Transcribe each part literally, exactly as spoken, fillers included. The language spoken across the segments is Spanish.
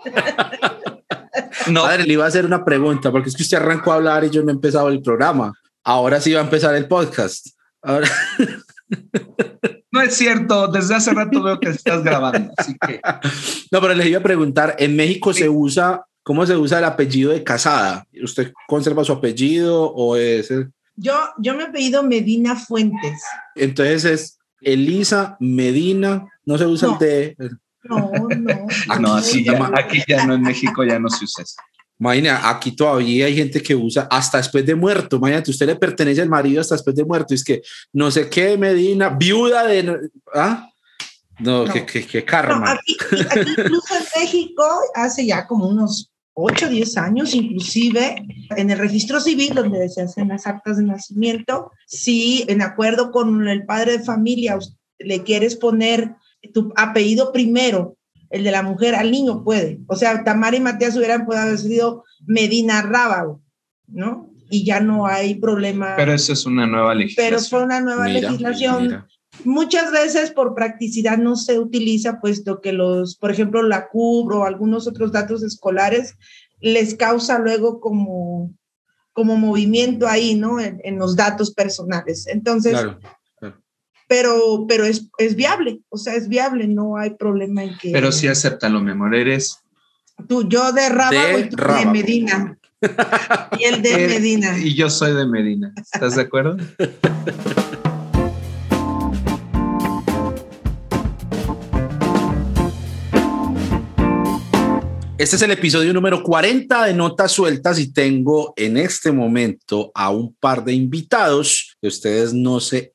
No. Padre, le iba a hacer una pregunta, porque es que usted arrancó a hablar y yo no he empezado el programa. Ahora sí va a empezar el podcast. Ahora... No es cierto, desde hace rato veo que estás grabando, así que... No, pero les iba a preguntar, ¿en México sí. se usa, cómo se usa el apellido de casada? ¿Usted conserva su apellido o es el...? Yo, yo me apellido Medina Fuentes. Entonces es Elisa Medina, no se usa no. el de... No, no. Ah, no, aquí ya, aquí ya no, en México ya no se usa eso. Imagina, aquí todavía hay gente que usa hasta después de muerto. Imagínate, usted le pertenece al marido hasta después de muerto. Es que no sé qué, Medina, viuda de... ¿Ah? No, no. Qué, qué, qué karma. No, aquí, aquí incluso en México, hace ya como unos ocho o diez años, inclusive, en el registro civil, donde se hacen las actas de nacimiento, si en acuerdo con el padre de familia le quieres poner tu apellido primero, el de la mujer, al niño puede. O sea, Tamara y Matías hubieran podido haber sido Medina Rábago, ¿no? Y ya no hay problema. Pero eso es una nueva legislación. Pero fue una nueva mira, legislación. Mira. Muchas veces por practicidad no se utiliza, puesto que los, por ejemplo, la C U B R o algunos otros datos escolares les causa luego como, como movimiento ahí, ¿no? En, en los datos personales. Entonces... Claro. Pero, pero es, es viable, o sea, es viable, no hay problema en que... Pero sí acéptalo, mi amor, eres... Tú, yo de Rábago de, y tú Rábago. de Medina. Y él de él, Medina. Y yo soy de Medina, ¿estás de acuerdo? Este es el episodio número cuarenta de Notas Sueltas y tengo en este momento a un par de invitados que ustedes no se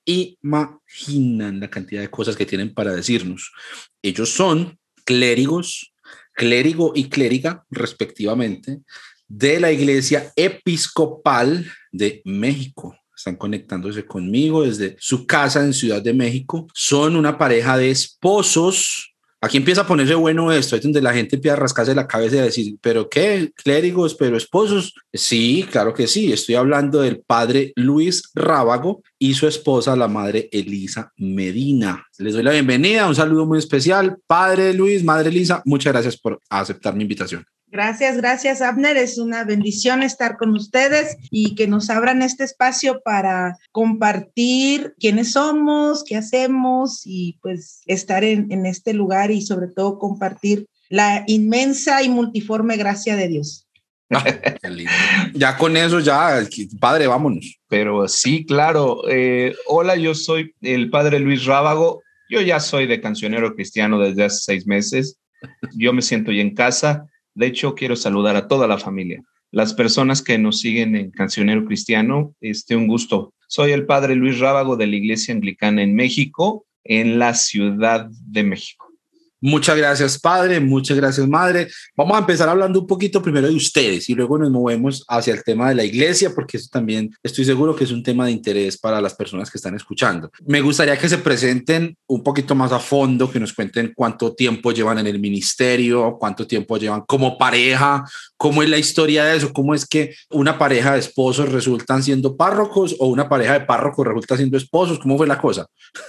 imaginan la cantidad de cosas que tienen para decirnos. Ellos son clérigos, clérigo y clériga, respectivamente, de la Iglesia Episcopal de México. Están conectándose conmigo desde su casa en Ciudad de México. Son una pareja de esposos. Aquí empieza a ponerse bueno esto, es donde la gente empieza a rascarse la cabeza y a decir, ¿pero qué? ¿Clérigos, pero esposos? Sí, claro que sí. Estoy hablando del padre Luis Rábago y su esposa, la madre Elisa Medina. Les doy la bienvenida, un saludo muy especial. Padre Luis, madre Elisa, muchas gracias por aceptar mi invitación. Gracias, gracias, Abner. Es una bendición estar con ustedes y que nos abran este espacio para compartir quiénes somos, qué hacemos y pues estar en, en este lugar y sobre todo compartir la inmensa y multiforme gracia de Dios. Qué lindo. Ya con eso, ya, padre, vámonos. Pero sí, claro. Eh, hola, yo soy el padre Luis Rábago. Yo ya soy de Cancionero Cristiano desde hace seis meses. Yo me siento ya en casa. De hecho, quiero saludar a toda la familia. Las personas que nos siguen en Cancionero Cristiano, este, un gusto. Soy el padre Luis Rábago de la Iglesia Anglicana en México, en la Ciudad de México. Muchas gracias, padre. Muchas gracias, madre. Vamos a empezar hablando un poquito primero de ustedes y luego nos movemos hacia el tema de la iglesia, porque eso también estoy seguro que es un tema de interés para las personas que están escuchando. Me gustaría que se presenten un poquito más a fondo, que nos cuenten cuánto tiempo llevan en el ministerio, cuánto tiempo llevan como pareja, cómo es la historia de eso, cómo es que una pareja de esposos resultan siendo párrocos o una pareja de párrocos resulta siendo esposos. ¿Cómo fue la cosa?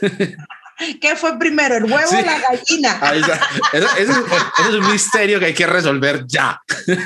¿Qué fue primero, el huevo sí. o la gallina? Ahí está. Eso, eso, eso es un misterio que hay que resolver ya.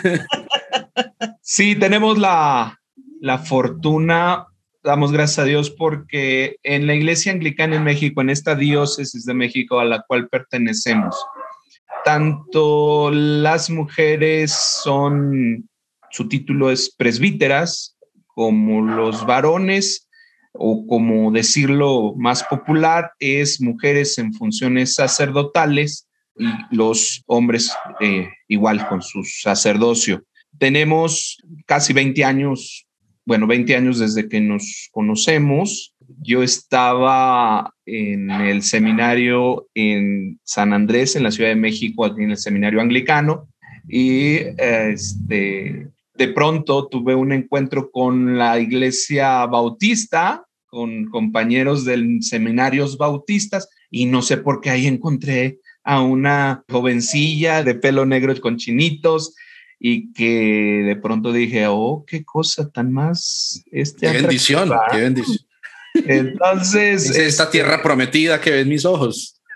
Sí, tenemos la, la fortuna, damos gracias a Dios, porque en la Iglesia Anglicana en México, en esta diócesis de México a la cual pertenecemos, tanto las mujeres son, su título es presbíteras, como los varones, o como decirlo más popular, es mujeres en funciones sacerdotales y los hombres eh, igual con su sacerdocio. Tenemos casi veinte años, bueno, veinte años desde que nos conocemos. Yo estaba en el seminario en San Andrés, en la Ciudad de México, aquí en el seminario anglicano, y este, de pronto tuve un encuentro con la iglesia bautista, con compañeros de seminarios bautistas, y no sé por qué ahí encontré a una jovencilla de pelo negro con chinitos, y que de pronto dije, oh, qué cosa tan más... Este qué bendición, qué bendición. Entonces... es esta este, tierra prometida que ven mis ojos.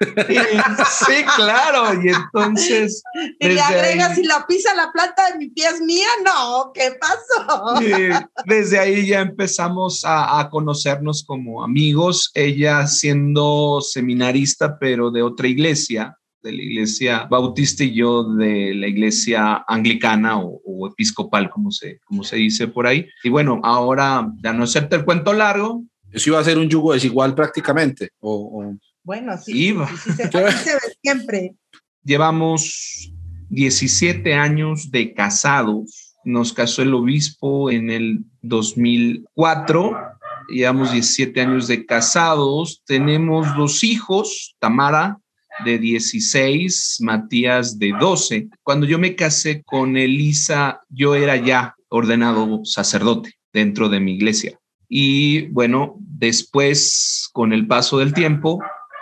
Y, sí, claro. Y entonces. Y le agregas, si la pisa la planta de mi pie es mía, no, ¿qué pasó? Desde ahí ya empezamos a, a conocernos como amigos. Ella siendo seminarista, pero de otra iglesia, de la iglesia bautista, y yo de la iglesia anglicana o, o episcopal, como se, como se dice por ahí. Y bueno, ahora, ya no hacerte el cuento largo. Eso iba a ser un yugo desigual prácticamente. O, o... Bueno, sí, sí, sí, sí, se, así se ve siempre. Llevamos diecisiete años de casados. Nos casó el obispo en el dos mil cuatro. Llevamos diecisiete años de casados. Tenemos dos hijos, Tamara de dieciséis, Matías de doce. Cuando yo me casé con Elisa, yo era ya ordenado sacerdote dentro de mi iglesia. Y bueno, después, con el paso del tiempo,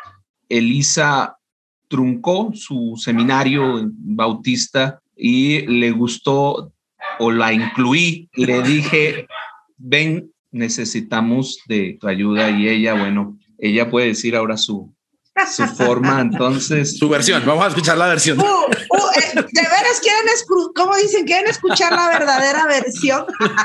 Elisa truncó su seminario bautista y le gustó, o la incluí. Le dije, ven, necesitamos de tu ayuda. Y ella, bueno, ella puede decir ahora su, su forma, entonces. Su versión, vamos a escuchar la versión. Uh, uh, eh, ¿De veras quieren, como dicen, quieren escuchar la verdadera versión?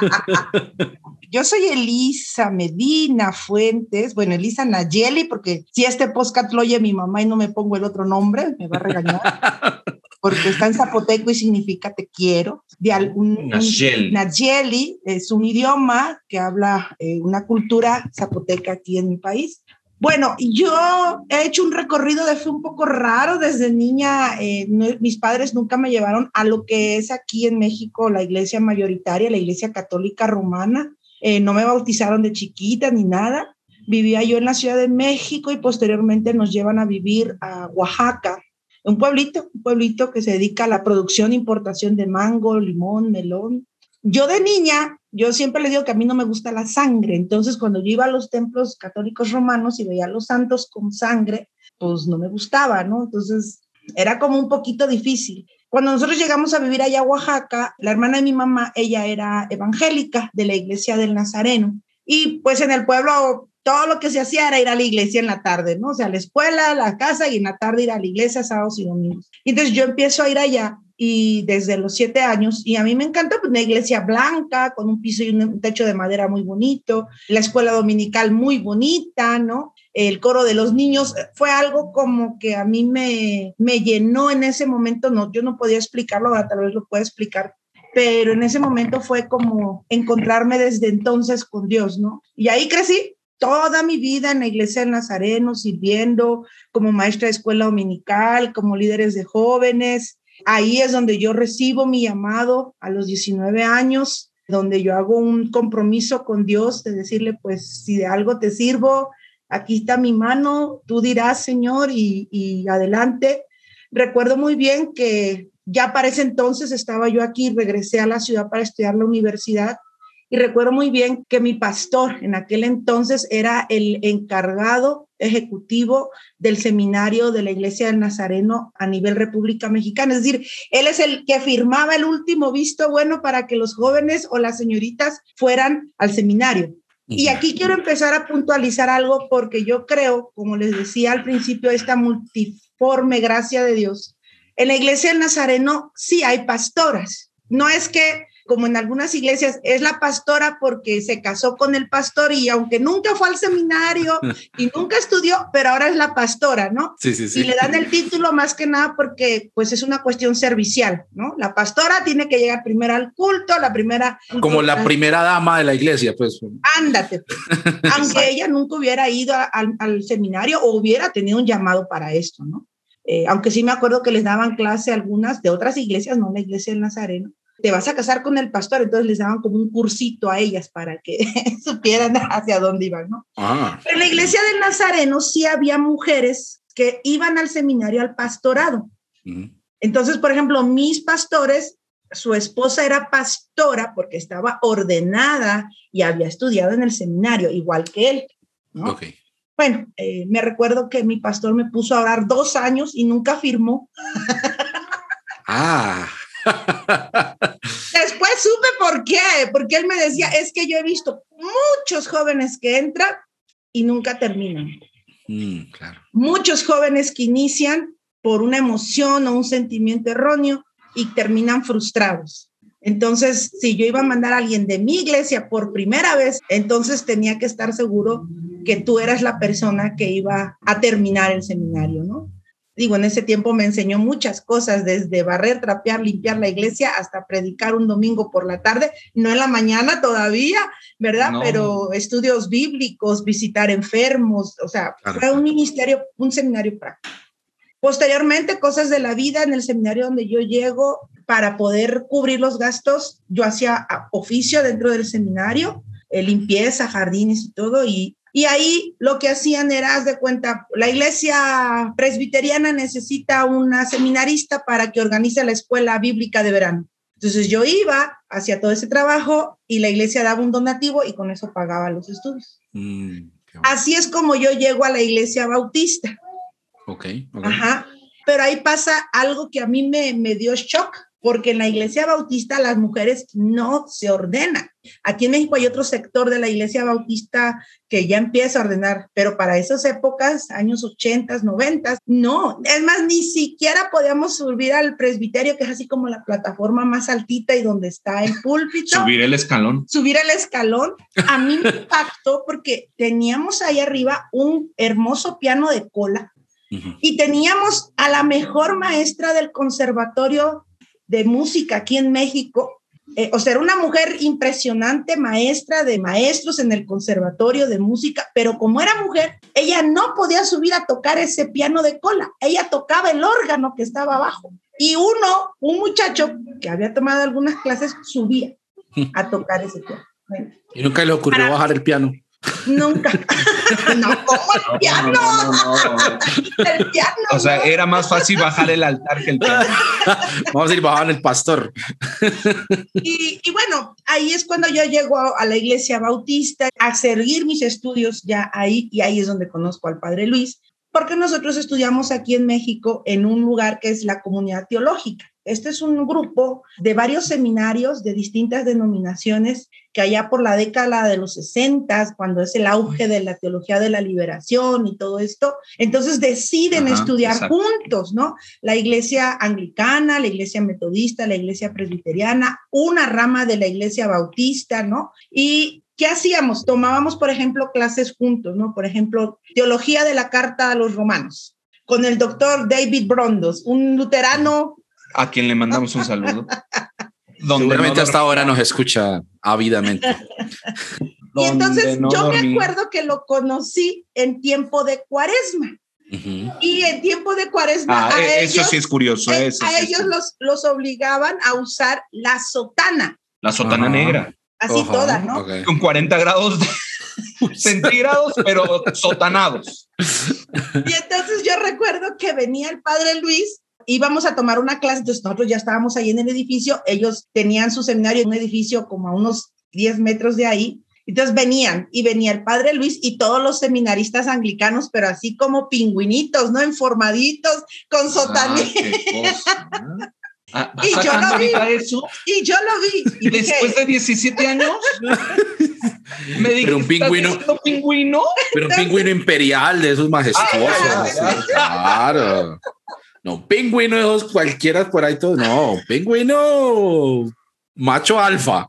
Yo soy Elisa Medina Fuentes, bueno, Elisa Nayeli, porque si este podcast lo oye mi mamá y no me pongo el otro nombre, me va a regañar, porque está en zapoteco y significa te quiero. De algún, Nayeli. Nayeli es un idioma que habla eh, una cultura zapoteca aquí en mi país. Bueno, yo he hecho un recorrido de fe un poco raro. Desde niña, eh, no, mis padres nunca me llevaron a lo que es aquí en México la iglesia mayoritaria, la iglesia católica romana. Eh, no me bautizaron de chiquita ni nada. Vivía yo en la Ciudad de México y posteriormente nos llevan a vivir a Oaxaca, un pueblito, un pueblito que se dedica a la producción e importación de mango, limón, melón. Yo de niña, yo siempre les digo que a mí no me gusta la sangre, entonces cuando yo iba a los templos católicos romanos y veía a los santos con sangre, pues no me gustaba, ¿no? Entonces era como un poquito difícil. Cuando nosotros llegamos a vivir allá a Oaxaca, la hermana de mi mamá, ella era evangélica de la iglesia del Nazareno. Y pues en el pueblo todo lo que se hacía era ir a la iglesia en la tarde, ¿no? O sea, la escuela, la casa y en la tarde ir a la iglesia sábados y domingos. Y entonces yo empiezo a ir allá y desde los siete años, y a mí me encanta pues, una iglesia blanca con un piso y un techo de madera muy bonito, la escuela dominical muy bonita, ¿no? El coro de los niños fue algo como que a mí me, me llenó en ese momento. No, yo no podía explicarlo, ahora tal vez lo pueda explicar, pero en ese momento fue como encontrarme desde entonces con Dios, ¿no? Y ahí crecí toda mi vida en la iglesia del Nazareno, sirviendo como maestra de escuela dominical, como líderes de jóvenes. Ahí es donde yo recibo mi llamado a los diecinueve años, donde yo hago un compromiso con Dios de decirle, pues, si de algo te sirvo, aquí está mi mano, tú dirás, Señor, y, y adelante. Recuerdo muy bien que ya para ese entonces estaba yo aquí, regresé a la ciudad para estudiar la universidad, y recuerdo muy bien que mi pastor en aquel entonces era el encargado ejecutivo del seminario de la Iglesia del Nazareno a nivel República Mexicana. Es decir, él es el que firmaba el último visto bueno para que los jóvenes o las señoritas fueran al seminario. Y aquí quiero empezar a puntualizar algo porque yo creo, como les decía al principio, esta multiforme gracia de Dios. En la Iglesia del Nazareno sí hay pastoras. No es que, como en algunas iglesias, es la pastora porque se casó con el pastor y aunque nunca fue al seminario y nunca estudió, pero ahora es la pastora, ¿no? Sí, sí, sí. Y le dan el título más que nada porque pues es una cuestión servicial, ¿no? La pastora tiene que llegar primero al culto, la primera... Como la primera dama de la iglesia, pues. Ándate. Aunque ella nunca hubiera ido a, a, al seminario o hubiera tenido un llamado para esto, ¿no? Eh, aunque sí me acuerdo que les daban clase algunas de otras iglesias, no la iglesia del Nazareno. Te vas a casar con el pastor, entonces les daban como un cursito a ellas para que supieran hacia dónde iban, ¿no? Ah. Pero en la iglesia del Nazareno sí había mujeres que iban al seminario al pastorado. Uh-huh. Entonces, por ejemplo, mis pastores, su esposa era pastora porque estaba ordenada y había estudiado en el seminario, igual que él, ¿no? Okay. Bueno, eh, me recuerdo que mi pastor me puso a orar dos años y nunca firmó. Ah. Después supe por qué, porque él me decía, es que yo he visto muchos jóvenes que entran y nunca terminan. Mm, claro. Muchos jóvenes que inician por una emoción o un sentimiento erróneo y terminan frustrados. Entonces, si yo iba a mandar a alguien de mi iglesia por primera vez, entonces tenía que estar seguro que tú eras la persona que iba a terminar el seminario, ¿no? Digo, en ese tiempo me enseñó muchas cosas, desde barrer, trapear, limpiar la iglesia, hasta predicar un domingo por la tarde, no en la mañana todavía, ¿verdad? No. Pero estudios bíblicos, visitar enfermos, o sea, claro, fue un ministerio, un seminario práctico. Posteriormente, cosas de la vida en el seminario donde yo llego, para poder cubrir los gastos, yo hacía oficio dentro del seminario, eh, limpieza, jardines y todo, y, y ahí lo que hacían era, haz de cuenta, la iglesia presbiteriana necesita una seminarista para que organice la escuela bíblica de verano. Entonces yo iba, hacía todo ese trabajo y la iglesia daba un donativo y con eso pagaba los estudios. Mm, Así es como yo llego a la iglesia bautista. Ok, ok. Ajá. Pero ahí pasa algo que a mí me, me dio shock, porque en la iglesia bautista las mujeres no se ordenan. Aquí en México hay otro sector de la iglesia bautista que ya empieza a ordenar, pero para esas épocas, años ochenta, noventa, no. Es más, ni siquiera podíamos subir al presbiterio, que es así como la plataforma más altita y donde está el púlpito. Subir el escalón. Subir el escalón. A mí me impactó porque teníamos ahí arriba un hermoso piano de cola. Uh-huh. Y teníamos a la mejor maestra del conservatorio de música aquí en México, eh, o sea, era una mujer impresionante, maestra de maestros en el conservatorio de música, pero como era mujer, ella no podía subir a tocar ese piano de cola, ella tocaba el órgano que estaba abajo, y uno, un muchacho que había tomado algunas clases, subía a tocar ese piano. Bueno, y nunca le ocurrió para... bajar el piano. Nunca. No, ¿cómo el piano? No, no, no, no. El piano. O sea, no. Era más fácil bajar el altar que el piano. Vamos a ir bajando el pastor. Y, y bueno, ahí es cuando yo llego a, a la iglesia bautista a seguir mis estudios ya ahí, y ahí es donde conozco al padre Luis, porque nosotros estudiamos aquí en México en un lugar que es la Comunidad Teológica. Este es un grupo de varios seminarios de distintas denominaciones que allá por la década de los sesenta, cuando es el auge de la teología de la liberación y todo esto, entonces deciden Ajá, estudiar exacto. juntos, ¿no? La iglesia anglicana, la iglesia metodista, la iglesia presbiteriana, una rama de la iglesia bautista, ¿no? Y ¿qué hacíamos? Tomábamos, por ejemplo, clases juntos, ¿no? Por ejemplo, teología de la carta a los romanos, con el doctor David Brondos, un luterano. A quien le mandamos un saludo. Seguramente no hasta ahora nos escucha ávidamente. Y entonces no yo dormí. Me acuerdo que lo conocí en tiempo de Cuaresma. Uh-huh. Y en tiempo de Cuaresma ah, a eso ellos, sí es curioso. Eh, eso a sí ellos es los, los obligaban a usar la sotana. La sotana uh-huh. negra. Así uh-huh. toda, ¿no? Okay. Con cuarenta grados de centígrados, pero sotanados. Y entonces yo recuerdo que venía el padre Luis, íbamos a tomar una clase, entonces nosotros ya estábamos ahí en el edificio, ellos tenían su seminario en un edificio como a unos diez metros de ahí, entonces venían, y venía el padre Luis y todos los seminaristas anglicanos, pero así como pingüinitos, ¿no? Informaditos, con sotanía. Ah, y, yo lo vi, eso? y yo lo vi. ¿Y después dije, de diecisiete años? Me dije, pero un pingüino, pingüino. Pero un pingüino imperial de esos majestuosos. Ah, sí, claro. No, pingüino de esos cualquiera por ahí todo. No, pingüino macho alfa.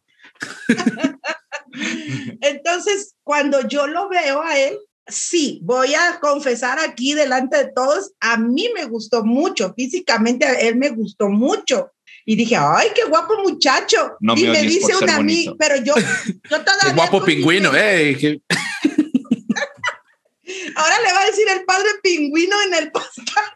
Entonces, cuando yo lo veo a él, sí, voy a confesar aquí delante de todos, a mí me gustó mucho, físicamente a él me gustó mucho. Y dije, ay, qué guapo muchacho. No y me, me dice una amiga, pero yo, yo todavía. Qué guapo pingüino, eh. Qué... Ahora le va a decir el padre pingüino en el podcast.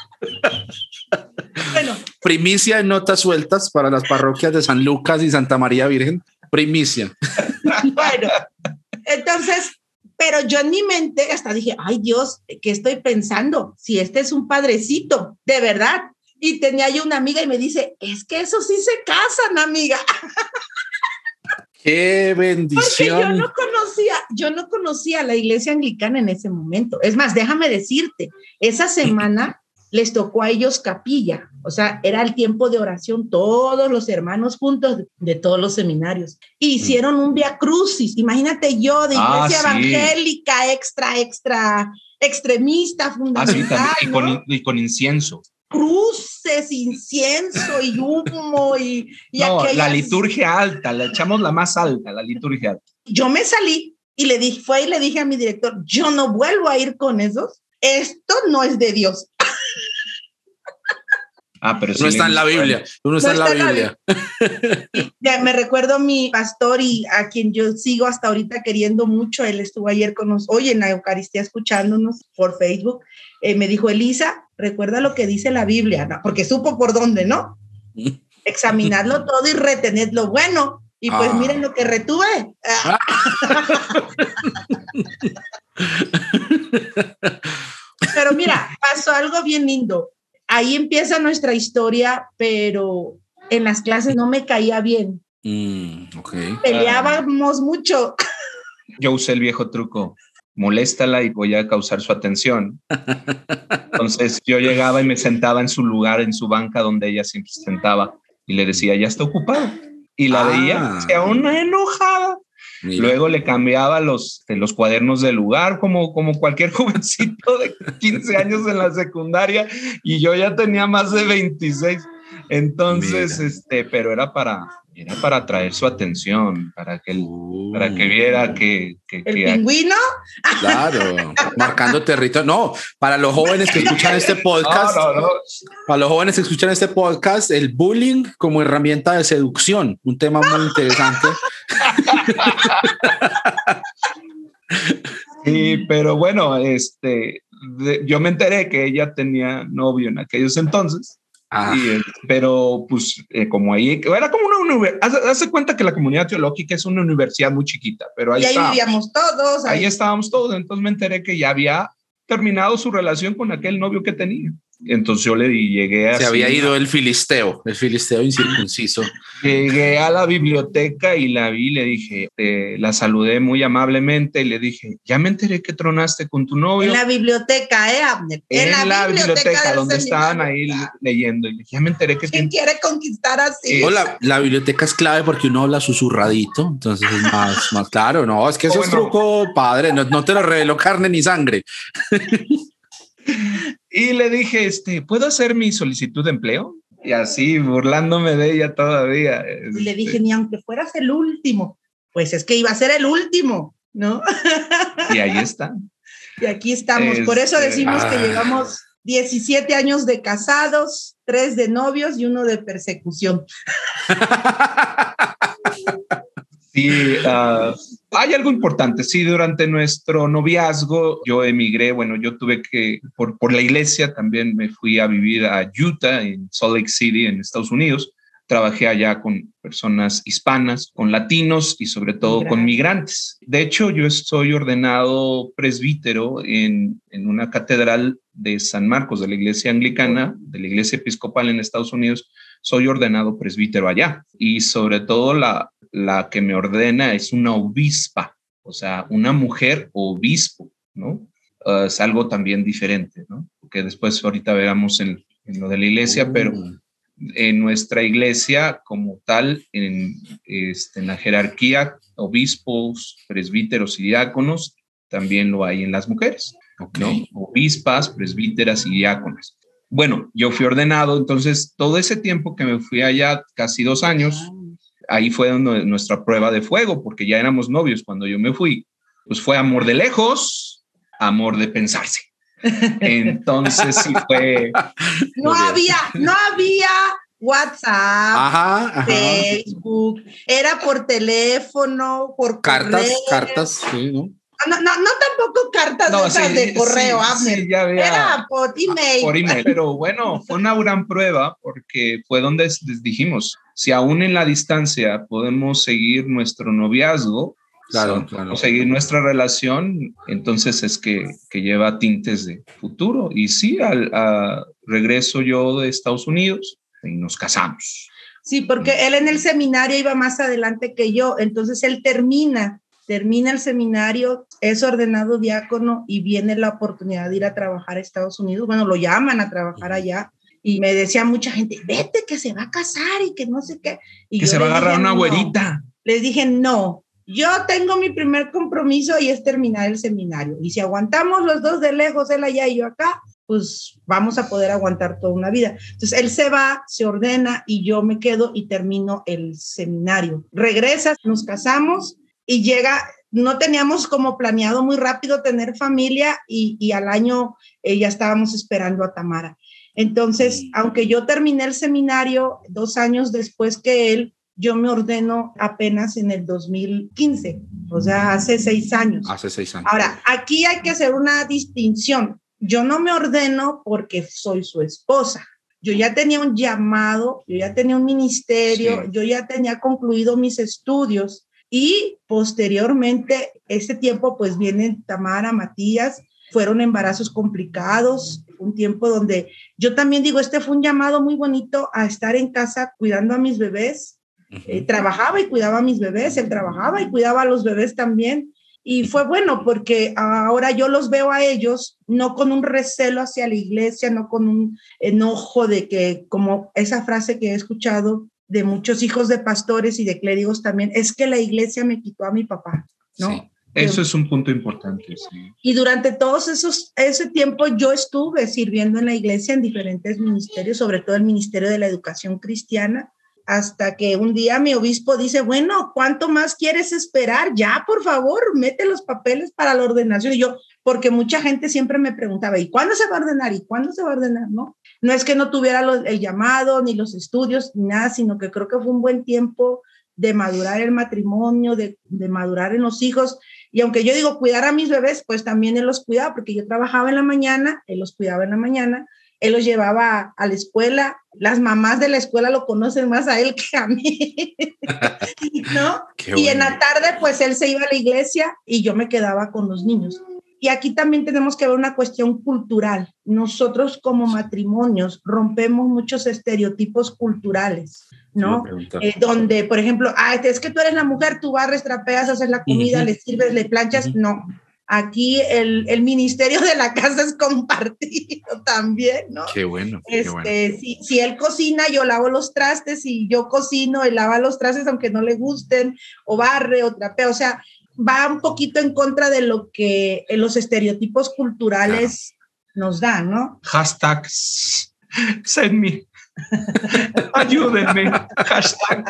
Bueno. Primicia en notas sueltas para las parroquias de San Lucas y Santa María Virgen. Primicia. Bueno, entonces, pero yo en mi mente hasta dije, ay Dios, ¿qué estoy pensando? Si este es un padrecito, de verdad. Y tenía yo una amiga y me dice, es que eso sí se casan, amiga. ¡Qué bendición! Porque yo no conocía, yo no conocía a la iglesia anglicana en ese momento. Es más, déjame decirte, esa semana les tocó a ellos capilla, o sea, era el tiempo de oración, todos los hermanos juntos de, de todos los seminarios. Hicieron un via crucis, imagínate yo de iglesia ah, sí. evangélica, extra, extra extremista, fundamental. Ah, sí, también. ¿no? Y, con, y con incienso. Cruces, incienso y humo y, y no, aquellas... la liturgia alta, la echamos la más alta, la liturgia alta. Yo me salí y le dije, fue y le dije a mi director, yo no vuelvo a ir con esos, esto no es de Dios. Ah, pero sí no está en la Biblia, uno no está en la Biblia. Y ya me recuerdo mi pastor y a quien yo sigo hasta ahorita queriendo mucho, él estuvo ayer con nosotros, hoy en la Eucaristía escuchándonos por Facebook, eh, me dijo, Elisa, recuerda lo que dice la Biblia, ¿no? Porque supo por dónde, ¿no? Examinarlo todo y retener lo bueno. Y pues ah. miren lo que retuve. Ah. Pero mira, pasó algo bien lindo. Ahí empieza nuestra historia, pero en las clases no me caía bien. Mm, okay. Peleábamos mucho. Yo usé el viejo truco, moléstala y voy a causar su atención. Entonces yo llegaba y me sentaba en su lugar, en su banca donde ella siempre se sentaba y le decía, ya está ocupado. Y la ah. veía, se aún enojada. Mira. Luego le cambiaba los, los cuadernos de lugar, como, como cualquier jovencito de quince años en la secundaria, y yo ya tenía más de veintiséis. Entonces, Mira. este, pero era para, era para atraer su atención, para que, uh. para que viera que... que ¿El que pingüino? Claro, marcando territorio. No, para los jóvenes que escuchan este podcast, no, no, no. para los jóvenes que escuchan este podcast, el bullying como herramienta de seducción, un tema muy interesante. Sí, pero bueno, este, de, yo me enteré que ella tenía novio en aquellos entonces. Ah. Y, pero pues eh, como ahí era como una universidad, hace, hace cuenta que la comunidad teológica es una universidad muy chiquita, pero ahí, y ahí vivíamos todos ahí. ahí estábamos todos, entonces me enteré que ya había terminado su relación con aquel novio que tenía. Entonces yo le llegué a... Se había ido el filisteo, el filisteo incircunciso. Llegué a la biblioteca y la vi, le dije, eh, la saludé muy amablemente y le dije, ya me enteré que tronaste con tu novio. En la biblioteca, ¿eh, Abner? En, en la, la biblioteca, biblioteca donde estaban ahí leyendo. Y le dije, ya me enteré que... ¿Quién te... quiere conquistar así? Eh, o la, la biblioteca es clave porque uno habla susurradito, entonces es más, más claro. No, es que eso oh, es bueno. truco, padre, no, no te lo reveló carne ni sangre. Y le dije, este, ¿puedo hacer mi solicitud de empleo? Y así, burlándome de ella todavía. Y le dije, ni aunque fueras el último. Pues es que iba a ser el último, ¿no? Y ahí está. Y aquí estamos. Este, Por eso decimos ah. que llevamos diecisiete años de casados, tres de novios y uno de persecución. Sí, uh, hay algo importante. Sí, durante nuestro noviazgo yo emigré, bueno, yo tuve que, por, por la iglesia también me fui a vivir a Utah, en Salt Lake City, en Estados Unidos. Trabajé allá con personas hispanas, con latinos y sobre todo Gracias. con migrantes. De hecho, yo estoy ordenado presbítero en, en una catedral de San Marcos, de la iglesia anglicana, de la iglesia episcopal en Estados Unidos. Soy ordenado presbítero allá y sobre todo la, la que me ordena es una obispa, o sea, una mujer obispo, ¿no? Uh, es algo también diferente, ¿no? Porque después ahorita veremos en, en lo de la iglesia, uh. pero en nuestra iglesia como tal, en, este, en la jerarquía, obispos, presbíteros y diáconos, también lo hay en las mujeres, okay. ¿no? Obispas, presbíteras y diáconas. Bueno, yo fui ordenado, entonces todo ese tiempo que me fui allá, casi dos años, ahí fue donde nuestra prueba de fuego, porque ya éramos novios cuando yo me fui. Pues fue amor de lejos, amor de pensarse. Entonces sí fue... No había, no había WhatsApp, ajá, ajá. Facebook, era por teléfono, por cartas, correo. cartas, sí, ¿no? No, no, no tampoco cartas no, sí, de correo, sí, Abner. Sí, había, era por email. Por email. Pero bueno, fue una gran prueba porque fue donde les dijimos, si aún en la distancia podemos seguir nuestro noviazgo, claro, so, claro. seguir nuestra relación, entonces es que, que lleva tintes de futuro. Y sí, al a, regreso yo de Estados Unidos y nos casamos. Sí, porque él en el seminario iba más adelante que yo, entonces él termina termina el seminario, es ordenado diácono y viene la oportunidad de ir a trabajar a Estados Unidos. Bueno, lo llaman a trabajar allá y me decía mucha gente, vete que se va a casar y que no sé qué. Y que yo se va a agarrar dije, una no. güerita. Les dije, no, yo tengo mi primer compromiso y es terminar el seminario. Y si aguantamos los dos de lejos, él allá y yo acá, pues vamos a poder aguantar toda una vida. Entonces él se va, se ordena y yo me quedo y termino el seminario. Regresa, nos casamos y llega, no teníamos como planeado muy rápido tener familia y, y al año eh, ya estábamos esperando a Tamara. Entonces, aunque yo terminé el seminario dos años después que él, yo me ordeno apenas en el dos mil quince, o sea, hace seis años. Hace seis años. Ahora, aquí hay que hacer una distinción. Yo no me ordeno porque soy su esposa. Yo ya tenía un llamado, yo ya tenía un ministerio, sí. Yo ya tenía concluido mis estudios y posteriormente, ese tiempo, pues vienen Tamara, Matías, fueron embarazos complicados, un tiempo donde yo también digo, este fue un llamado muy bonito a estar en casa cuidando a mis bebés. Uh-huh. Eh, trabajaba y cuidaba a mis bebés, él trabajaba y cuidaba a los bebés también. Y fue bueno porque ahora yo los veo a ellos no con un recelo hacia la iglesia, no con un enojo de que, como esa frase que he escuchado de muchos hijos de pastores y de clérigos también, es que la iglesia me quitó a mi papá, ¿no? Sí. Eso es un punto importante, sí. Y durante todos esos, ese tiempo yo estuve sirviendo en la iglesia en diferentes ministerios, sobre todo el Ministerio de la Educación Cristiana, hasta que un día mi obispo dice, bueno, ¿cuánto más quieres esperar? Ya, por favor, mete los papeles para la ordenación. Y yo, porque mucha gente siempre me preguntaba, ¿y cuándo se va a ordenar? ¿Y cuándo se va a ordenar? No, no es que no tuviera los, el llamado, ni los estudios, ni nada, sino que creo que fue un buen tiempo de madurar el matrimonio, de, de madurar en los hijos. Y aunque yo digo cuidar a mis bebés, pues también él los cuidaba, porque yo trabajaba en la mañana, él los cuidaba en la mañana, él los llevaba a la escuela. Las mamás de la escuela lo conocen más a él que a mí, ¿no? Qué bueno. Y en la tarde, pues él se iba a la iglesia y yo me quedaba con los niños. Y aquí también tenemos que ver una cuestión cultural. Nosotros como matrimonios rompemos muchos estereotipos culturales, ¿no? Eh, donde, por ejemplo, ah, es que tú eres la mujer, tú barres, trapeas, haces la comida, uh-huh. le sirves, le planchas. Uh-huh. No, aquí el, el ministerio de la casa es compartido también, ¿no? Qué bueno, este, qué bueno. Si, si él cocina, yo lavo los trastes, si yo cocino, él lava los trastes aunque no le gusten, o barre, o trapea, o sea, va un poquito en contra de lo que los estereotipos culturales claro. nos dan, ¿no? Hashtags, send me, ayúdenme, hashtag.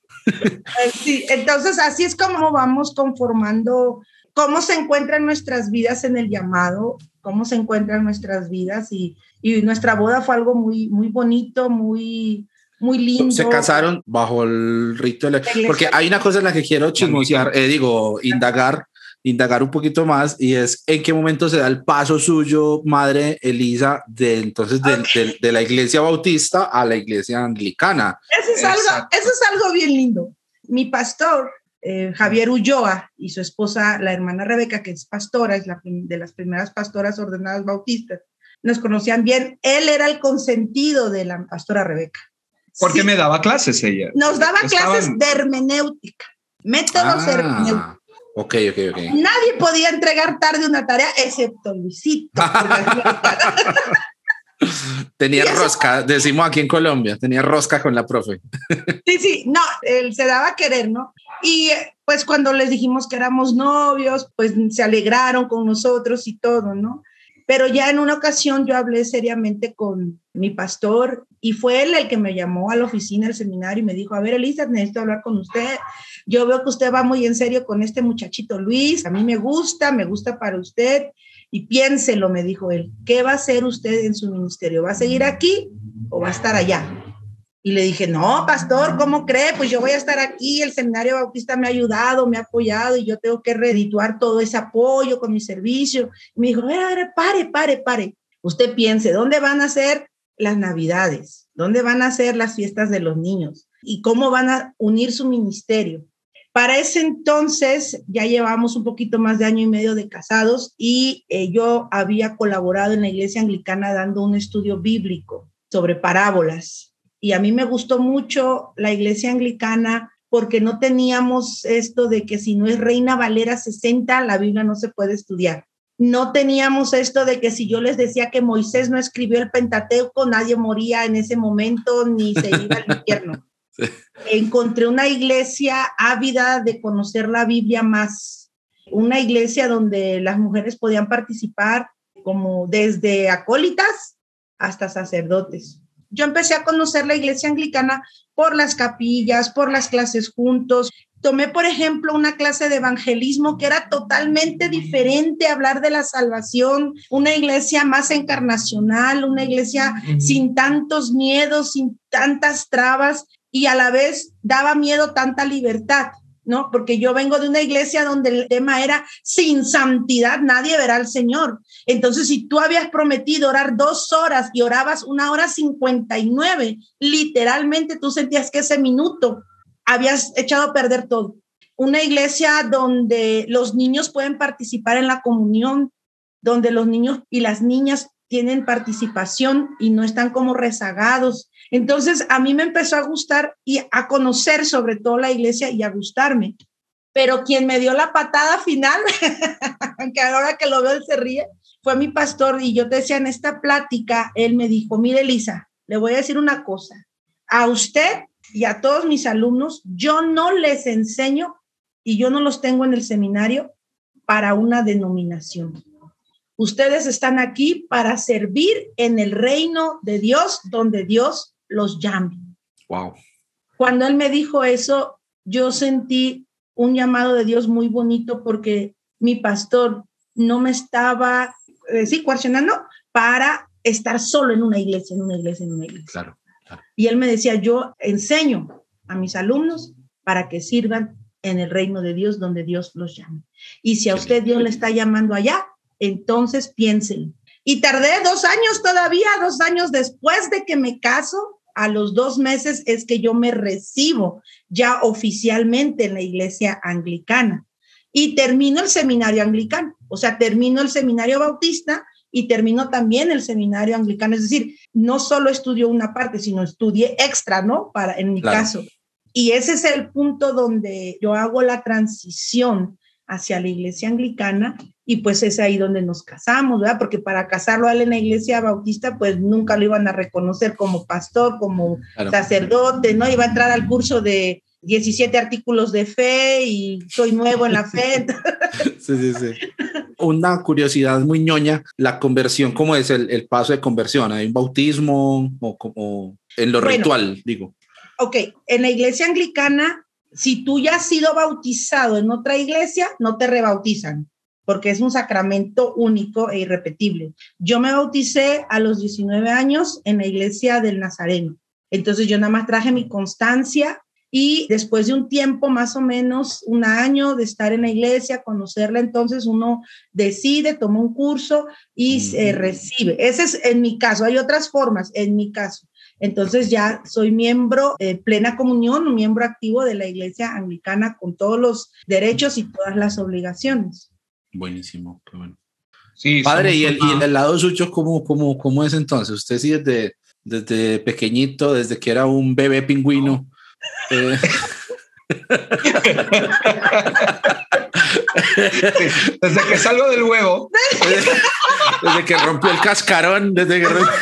Sí, entonces así es como vamos conformando cómo se encuentran nuestras vidas en el llamado, cómo se encuentran nuestras vidas y, y nuestra boda fue algo muy, muy bonito, muy... muy lindo. Se casaron bajo el rito de la... Porque hay una cosa en la que quiero chismosear, eh, digo, indagar, indagar un poquito más, y es en qué momento se da el paso suyo, madre Elisa, de entonces de, okay. de, de la iglesia bautista a la iglesia anglicana. Eso es, algo, eso es algo bien lindo. Mi pastor, eh, Javier Ulloa, y su esposa, la hermana Rebeca, que es pastora, es la de las primeras pastoras ordenadas bautistas, nos conocían bien. Él era el consentido de la pastora Rebeca. Porque sí. me daba clases ella. Nos daba Estaban... clases de hermenéutica, métodos ah, hermenéuticos. Ok, ok, ok. Nadie podía entregar tarde una tarea excepto Luisito. Tenía rosca, eso... decimos aquí en Colombia, tenía rosca con la profe. Sí, sí, no, él se daba a querer, ¿no? Y pues cuando les dijimos que éramos novios, pues se alegraron con nosotros y todo, ¿no? Pero ya en una ocasión yo hablé seriamente con mi pastor y fue él el que me llamó a la oficina del seminario y me dijo, a ver, Elisa, necesito hablar con usted. Yo veo que usted va muy en serio con este muchachito Luis. A mí me gusta, me gusta para usted. Y piénselo, me dijo él, ¿qué va a hacer usted en su ministerio? ¿Va a seguir aquí o va a estar allá? Y le dije, no, pastor, ¿cómo cree? Pues yo voy a estar aquí, el seminario bautista me ha ayudado, me ha apoyado y yo tengo que redituar todo ese apoyo con mi servicio. Y me dijo, a ver, a ver, pare, pare, pare. Usted piense, ¿dónde van a ser las navidades? ¿Dónde van a ser las fiestas de los niños? ¿Y cómo van a unir su ministerio? Para ese entonces ya llevamos un poquito más de año y medio de casados y eh, yo había colaborado en la iglesia anglicana dando un estudio bíblico sobre parábolas. Y a mí me gustó mucho la iglesia anglicana porque no teníamos esto de que si no es Reina Valera sesenta, la Biblia no se puede estudiar. No teníamos esto de que si yo les decía que Moisés no escribió el Pentateuco, nadie moría en ese momento ni se iba al infierno. Sí. Encontré una iglesia ávida de conocer la Biblia más, una iglesia donde las mujeres podían participar como desde acólitas hasta sacerdotes. Yo empecé a conocer la iglesia anglicana por las capillas, por las clases juntos. Tomé, por ejemplo, una clase de evangelismo que era totalmente diferente, hablar de la salvación, una iglesia más encarnacional, una iglesia uh-huh. sin tantos miedos, sin tantas trabas, y a la vez daba miedo tanta libertad, ¿no? Porque yo vengo de una iglesia donde el tema era sin santidad nadie verá al Señor. Entonces, si tú habías prometido orar dos horas y orabas una hora cincuenta y nueve, literalmente tú sentías que ese minuto habías echado a perder todo. Una iglesia donde los niños pueden participar en la comunión, donde los niños y las niñas tienen participación y no están como rezagados. Entonces, a mí me empezó a gustar y a conocer sobre todo la iglesia y a gustarme. Pero quien me dio la patada final, que ahora que lo veo él se ríe, fue mi pastor. Y yo te decía, en esta plática, él me dijo, mire, Elisa, le voy a decir una cosa. A usted y a todos mis alumnos, yo no les enseño y yo no los tengo en el seminario para una denominación. Ustedes están aquí para servir en el reino de Dios, donde Dios los llame. Wow. Cuando él me dijo eso, yo sentí un llamado de Dios muy bonito porque mi pastor no me estaba, eh, sí, coaccionando para estar solo en una iglesia, en una iglesia, en una iglesia. Claro, claro. Y él me decía, yo enseño a mis alumnos para que sirvan en el reino de Dios, donde Dios los llame. Y si a usted Dios le está llamando allá, entonces piénsenlo. Y tardé dos años todavía, dos años después de que me caso, a los dos meses es que yo me recibo ya oficialmente en la iglesia anglicana y termino el seminario anglicano, o sea, termino el seminario bautista y termino también el seminario anglicano, es decir, no solo estudio una parte, sino estudié extra, ¿no? Para, en mi claro. caso. Y ese es el punto donde yo hago la transición hacia la iglesia anglicana y pues es ahí donde nos casamos, ¿verdad? Porque para casarlo a él en la iglesia bautista, pues nunca lo iban a reconocer como pastor, como claro. sacerdote, ¿no? Iba a entrar al curso de diecisiete artículos de fe y soy nuevo en la fe. Sí, sí, sí. Una curiosidad muy ñoña, la conversión, ¿cómo es el, el paso de conversión? ¿Hay un bautismo o como en lo bueno, ritual, digo? Ok, en la iglesia anglicana, si tú ya has sido bautizado en otra iglesia, no te rebautizan, porque es un sacramento único e irrepetible. Yo me bauticé a los diecinueve años en la iglesia del Nazareno. Entonces yo nada más traje mi constancia y después de un tiempo, más o menos un año de estar en la iglesia, conocerla, entonces uno decide, toma un curso y se mm. recibe. Ese es en mi caso. Hay otras formas, en mi caso. Entonces ya soy miembro de plena comunión, un miembro activo de la iglesia anglicana con todos los derechos y todas las obligaciones. Buenísimo, qué bueno. Sí, Padre, ¿y el, una... y el lado suyo cómo, cómo, cómo es entonces? Usted sí desde, desde pequeñito, desde que era un bebé pingüino. Eh... sí, desde que salgo del huevo. Desde, desde que rompió el cascarón, desde que rompió...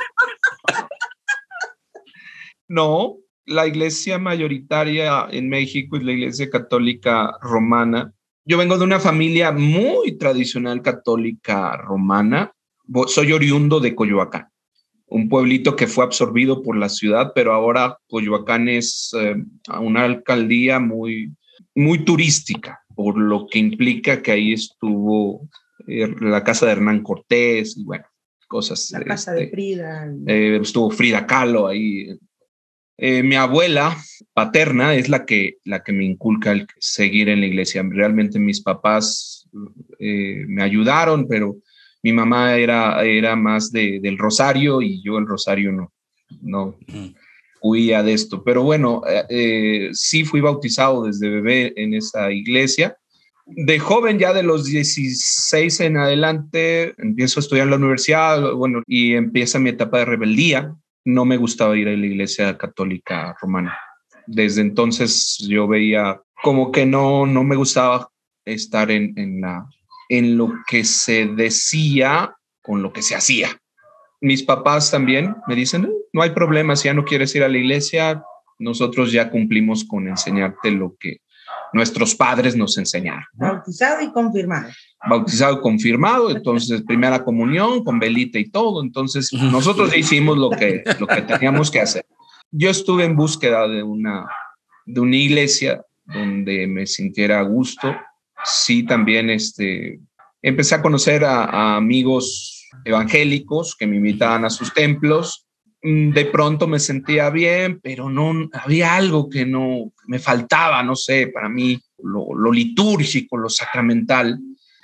No, la iglesia mayoritaria en México es la iglesia católica romana. Yo vengo de una familia muy tradicional católica romana. Soy oriundo de Coyoacán, un pueblito que fue absorbido por la ciudad, pero ahora Coyoacán es eh, una alcaldía muy, muy turística, por lo que implica que ahí estuvo eh, la casa de Hernán Cortés y bueno, cosas. La casa este, de Frida. Eh, estuvo Frida Kahlo ahí. Eh, mi abuela paterna es la que, la que me inculca el seguir en la iglesia. Realmente mis papás eh, me ayudaron, pero mi mamá era, era más de, del rosario y yo el rosario no, no huía de esto. Pero bueno, eh, eh, sí fui bautizado desde bebé en esa iglesia. De joven, ya de los dieciséis en adelante, empiezo a estudiar en la universidad, bueno, y empieza mi etapa de rebeldía. No me gustaba ir a la iglesia católica romana. Desde entonces yo veía como que no, no me gustaba estar en, en, la, en lo que se decía con lo que se hacía. Mis papás también me dicen, no hay problema, si ya no quieres ir a la iglesia, nosotros ya cumplimos con enseñarte lo que nuestros padres nos enseñaron, ¿no? Bautizado y confirmado. Bautizado y confirmado, entonces primera comunión con velita y todo, entonces nosotros hicimos lo que, lo que teníamos que hacer. Yo estuve en búsqueda de una, de una iglesia donde me sintiera a gusto. Sí, también este, empecé a conocer a, a amigos evangélicos que me invitaban a sus templos. De pronto me sentía bien, pero no había algo que no me faltaba, no sé, para mí lo, lo litúrgico, lo sacramental.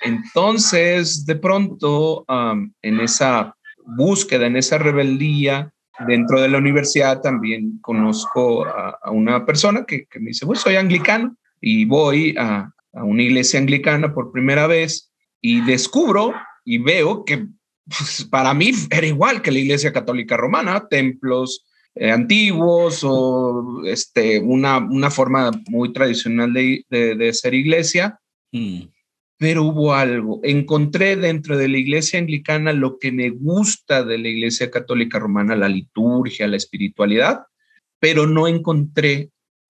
Entonces, de pronto, um, en esa búsqueda, en esa rebeldía, dentro de la universidad también conozco a, a una persona que, que me dice, pues soy anglicano y voy a, a una iglesia anglicana por primera vez y descubro y veo que pues, para mí era igual que la iglesia católica romana, templos eh, antiguos o este, una, una forma muy tradicional de, de, de ser iglesia. Mm. Pero hubo algo, encontré dentro de la iglesia anglicana lo que me gusta de la iglesia católica romana, la liturgia, la espiritualidad, pero no encontré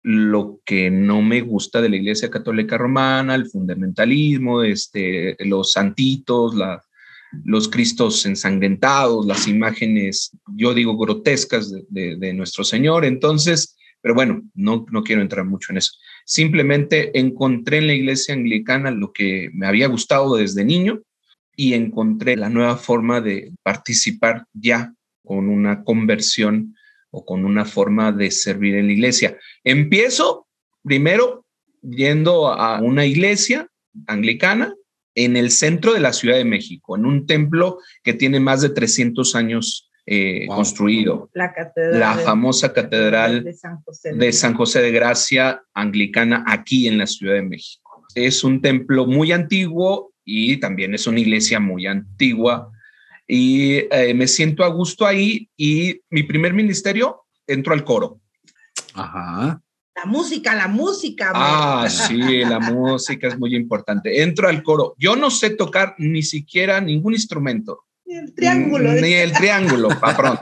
lo que no me gusta de la iglesia católica romana, el fundamentalismo, este, los santitos, la, los cristos ensangrentados, las imágenes, yo digo, grotescas de, de, de nuestro Señor. Entonces, pero bueno, no, no quiero entrar mucho en eso. Simplemente encontré en la iglesia anglicana lo que me había gustado desde niño y encontré la nueva forma de participar ya con una conversión o con una forma de servir en la iglesia. Empiezo primero yendo a una iglesia anglicana en el centro de la Ciudad de México, en un templo que tiene más de trescientos años Eh, wow. construido, la, catedral la de, famosa catedral de San, José de, de San José de Gracia anglicana aquí en la Ciudad de México. Es un templo muy antiguo y también es una iglesia muy antigua y eh, me siento a gusto ahí y mi primer ministerio entro al coro. Ajá. La música, la música. Ah, man. sí, la música es muy importante. Entro al coro. Yo no sé tocar ni siquiera ningún instrumento. Ni el triángulo. Ni el triángulo, pa' pronto.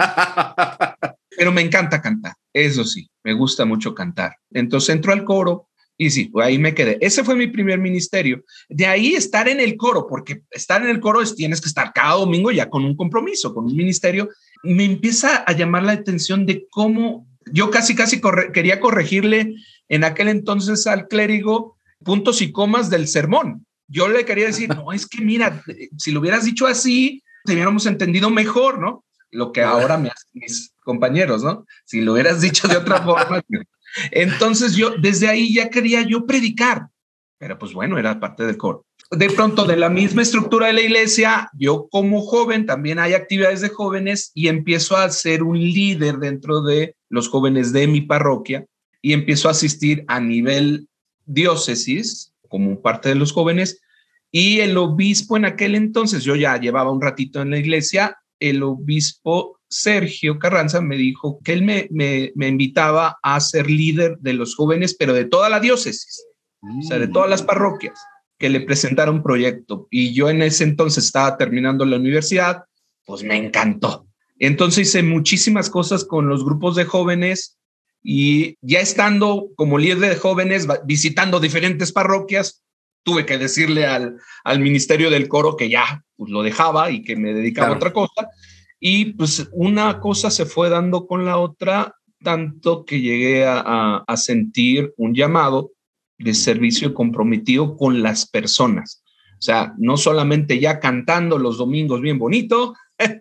Pero me encanta cantar, eso sí, me gusta mucho cantar. Entonces entro al coro y sí, ahí me quedé. Ese fue mi primer ministerio. De ahí estar en el coro, porque estar en el coro es tienes que estar cada domingo ya con un compromiso, con un ministerio. Me empieza a llamar la atención de cómo yo casi, casi corre, quería corregirle en aquel entonces al clérigo puntos y comas del sermón. Yo le quería decir, no, es que mira, si lo hubieras dicho así, te hubiéramos entendido mejor, ¿no? Lo que ahora me hacen mis compañeros, ¿no? Si lo hubieras dicho de otra forma. Entonces yo, desde ahí ya quería yo predicar, pero pues bueno, era parte del coro. De pronto, de la misma estructura de la iglesia, yo como joven, también hay actividades de jóvenes y empiezo a ser un líder dentro de los jóvenes de mi parroquia y empiezo a asistir a nivel diócesis como parte de los jóvenes. Y el obispo en aquel entonces, yo ya llevaba un ratito en la iglesia, el obispo Sergio Carranza me dijo que él me, me, me invitaba a ser líder de los jóvenes, pero de toda la diócesis, mm. o sea, de todas las parroquias, que le presentara un proyecto. Y yo en ese entonces estaba terminando la universidad, pues me encantó. Entonces hice muchísimas cosas con los grupos de jóvenes y ya estando como líder de jóvenes, visitando diferentes parroquias, tuve que decirle al, al ministerio del coro que ya pues, lo dejaba y que me dedicaba claro. a otra cosa. Y pues una cosa se fue dando con la otra, tanto que llegué a, a, a sentir un llamado de servicio comprometido con las personas. O sea, no solamente ya cantando los domingos bien bonito,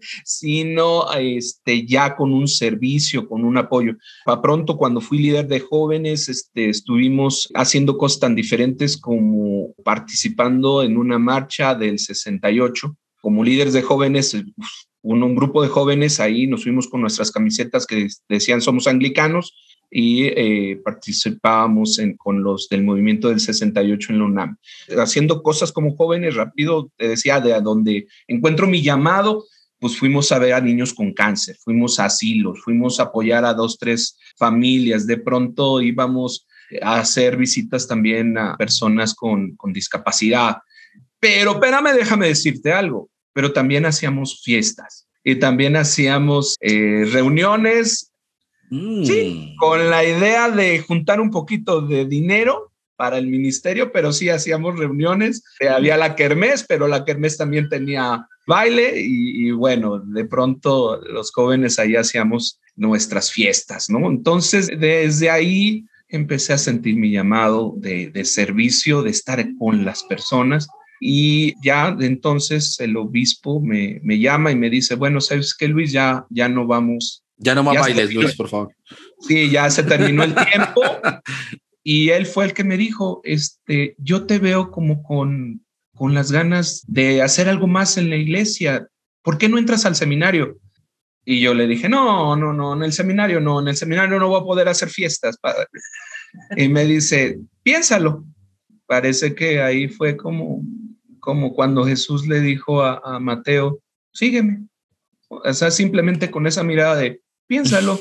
sino este, ya con un servicio, con un apoyo. Para pronto, cuando fui líder de jóvenes, este, estuvimos haciendo cosas tan diferentes como participando en una marcha del sesenta y ocho. Como líderes de jóvenes, un, un grupo de jóvenes, ahí nos fuimos con nuestras camisetas que decían somos anglicanos y eh, participábamos en, con los del movimiento del sesenta y ocho en la UNAM. Haciendo cosas como jóvenes, rápido, te decía, de a donde encuentro mi llamado, pues fuimos a ver a niños con cáncer, fuimos a asilos, fuimos a apoyar a dos, tres familias. De pronto íbamos a hacer visitas también a personas con, con discapacidad. Pero espérame, déjame decirte algo, pero también hacíamos fiestas y también hacíamos eh, reuniones Mm. Sí, con la idea de juntar un poquito de dinero para el ministerio, pero sí hacíamos reuniones. Eh, había la kermés, pero la kermés también tenía baile y, y bueno, de pronto los jóvenes ahí hacíamos nuestras fiestas, ¿no? Entonces, desde ahí empecé a sentir mi llamado de, de servicio, de estar con las personas. Y ya de entonces el obispo me, me llama y me dice, bueno, ¿sabes qué, Luis? Ya, ya no vamos. Ya no más ya bailes, terminó. Luis, por favor. Sí, ya se terminó el tiempo. Y él fue el que me dijo, este, yo te veo como con, con las ganas de hacer algo más en la iglesia. ¿Por qué no entras al seminario? Y yo le dije, no, no, no, en el seminario no, en el seminario no voy a poder hacer fiestas, padre. Y me dice, piénsalo. Parece que ahí fue como, como cuando Jesús le dijo a, a Mateo, sígueme. O sea, simplemente con esa mirada de, piénsalo.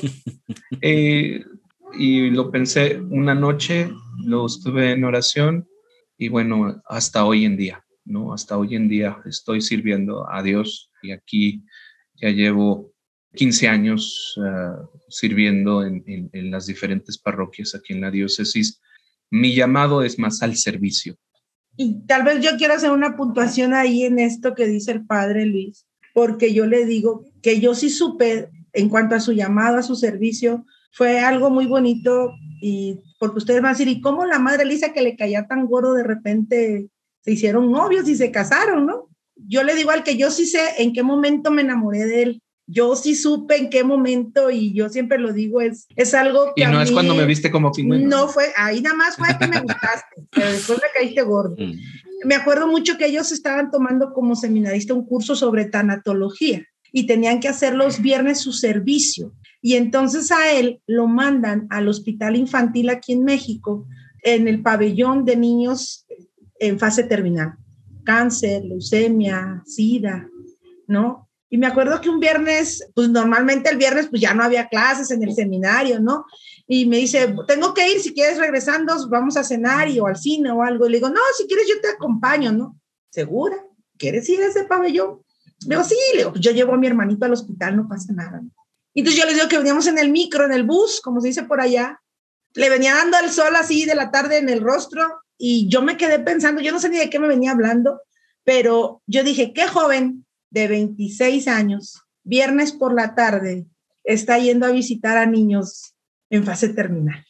eh, y lo pensé una noche, lo estuve en oración y bueno, hasta hoy en día, ¿no? Hasta hoy en día estoy sirviendo a Dios y aquí ya llevo quince años uh, sirviendo en, en, en las diferentes parroquias aquí en la diócesis. Mi llamado es más al servicio. Y tal vez yo quiero hacer una puntuación ahí en esto que dice el padre Luis, porque yo le digo que yo sí supe en cuanto a su llamado, a su servicio, fue algo muy bonito y porque ustedes van a decir, ¿y cómo la madre Elisa que le caía tan gordo de repente se hicieron novios y se casaron, ¿no? Yo le digo al que yo sí sé en qué momento me enamoré de él. Yo sí supe en qué momento y yo siempre lo digo, es, es algo que y no a es mí, cuando me viste como pingüino. No fue, ahí nada más fue que me gustaste, pero después me caíste gordo. Mm. Me acuerdo mucho que ellos estaban tomando como seminarista un curso sobre tanatología y tenían que hacer los viernes su servicio. Y entonces a él lo mandan al hospital infantil aquí en México, en el pabellón de niños en fase terminal. Cáncer, leucemia, sida, ¿no? Y me acuerdo que un viernes, pues normalmente el viernes pues ya no había clases en el seminario, ¿no? Y me dice, tengo que ir, si quieres regresando, vamos a cenar y, o al cine o algo. Y le digo, no, si quieres yo te acompaño, ¿no? ¿Segura? ¿Quieres ir a ese pabellón? Le digo, sí, le digo, pues yo llevo a mi hermanito al hospital, no pasa nada, ¿no? Y entonces yo les digo que veníamos en el micro, en el bus, como se dice por allá, le venía dando el sol así de la tarde en el rostro y yo me quedé pensando, yo no sé ni de qué me venía hablando, pero yo dije, qué joven de veintiséis años, viernes por la tarde, está yendo a visitar a niños en fase terminal.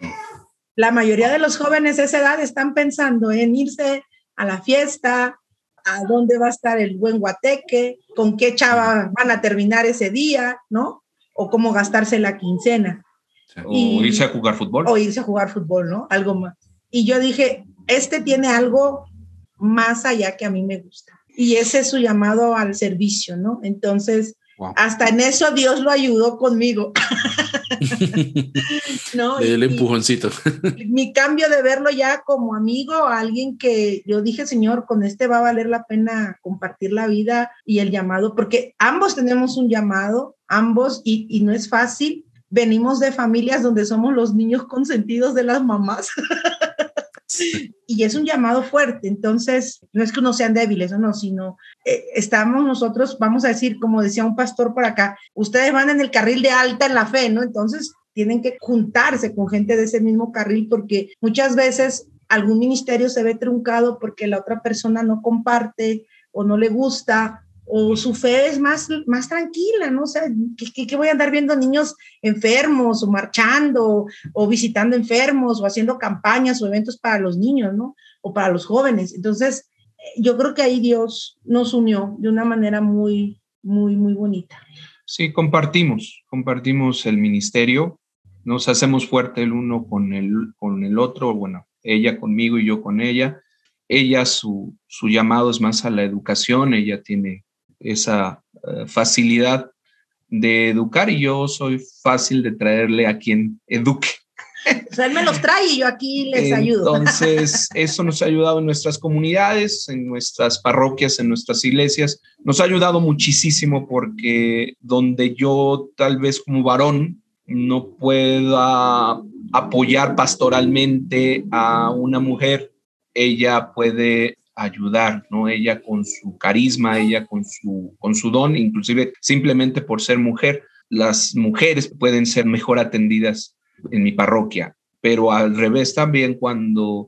La mayoría de los jóvenes de esa edad están pensando en irse a la fiesta, a dónde va a estar el buen guateque, con qué chava van a terminar ese día, ¿no? O cómo gastarse la quincena. O y, irse a jugar fútbol. O irse a jugar fútbol, ¿no? Algo más. Y yo dije, este tiene algo más allá que a mí me gusta. Y ese es su llamado al servicio, ¿no? Entonces, wow. Hasta en eso Dios lo ayudó conmigo. ¿No? Le dio el empujoncito. Mi cambio de verlo ya como amigo, alguien que yo dije, Señor, con este va a valer la pena compartir la vida y el llamado, porque ambos tenemos un llamado, ambos, y, y no es fácil. Venimos de familias donde somos los niños consentidos de las mamás. Y es un llamado fuerte, entonces no es que uno sean débiles o no, sino eh, estamos nosotros, vamos a decir, como decía un pastor por acá, ustedes van en el carril de alta en la fe, ¿no? Entonces tienen que juntarse con gente de ese mismo carril porque muchas veces algún ministerio se ve truncado porque la otra persona no comparte o no le gusta o su fe es más, más tranquila, ¿no? O sea, ¿qué, qué voy a andar viendo niños enfermos o marchando o visitando enfermos o haciendo campañas o eventos para los niños, ¿no? O para los jóvenes. Entonces, yo creo que ahí Dios nos unió de una manera muy, muy, muy bonita. Sí, compartimos, compartimos el ministerio, nos hacemos fuerte el uno con el, con el otro, bueno, ella conmigo y yo con ella. Ella, su, su llamado es más a la educación, ella tiene esa uh, facilidad de educar y yo soy fácil de traerle a quien eduque. O sea, él me los trae y yo aquí les ayudo. Entonces, eso nos ha ayudado en nuestras comunidades, en nuestras parroquias, en nuestras iglesias. Nos ha ayudado muchísimo porque donde yo tal vez como varón no pueda apoyar pastoralmente a una mujer, ella puede ayudar, ¿no? Ella con su carisma, ella con su, con su don, inclusive simplemente por ser mujer, las mujeres pueden ser mejor atendidas en mi parroquia, pero al revés también cuando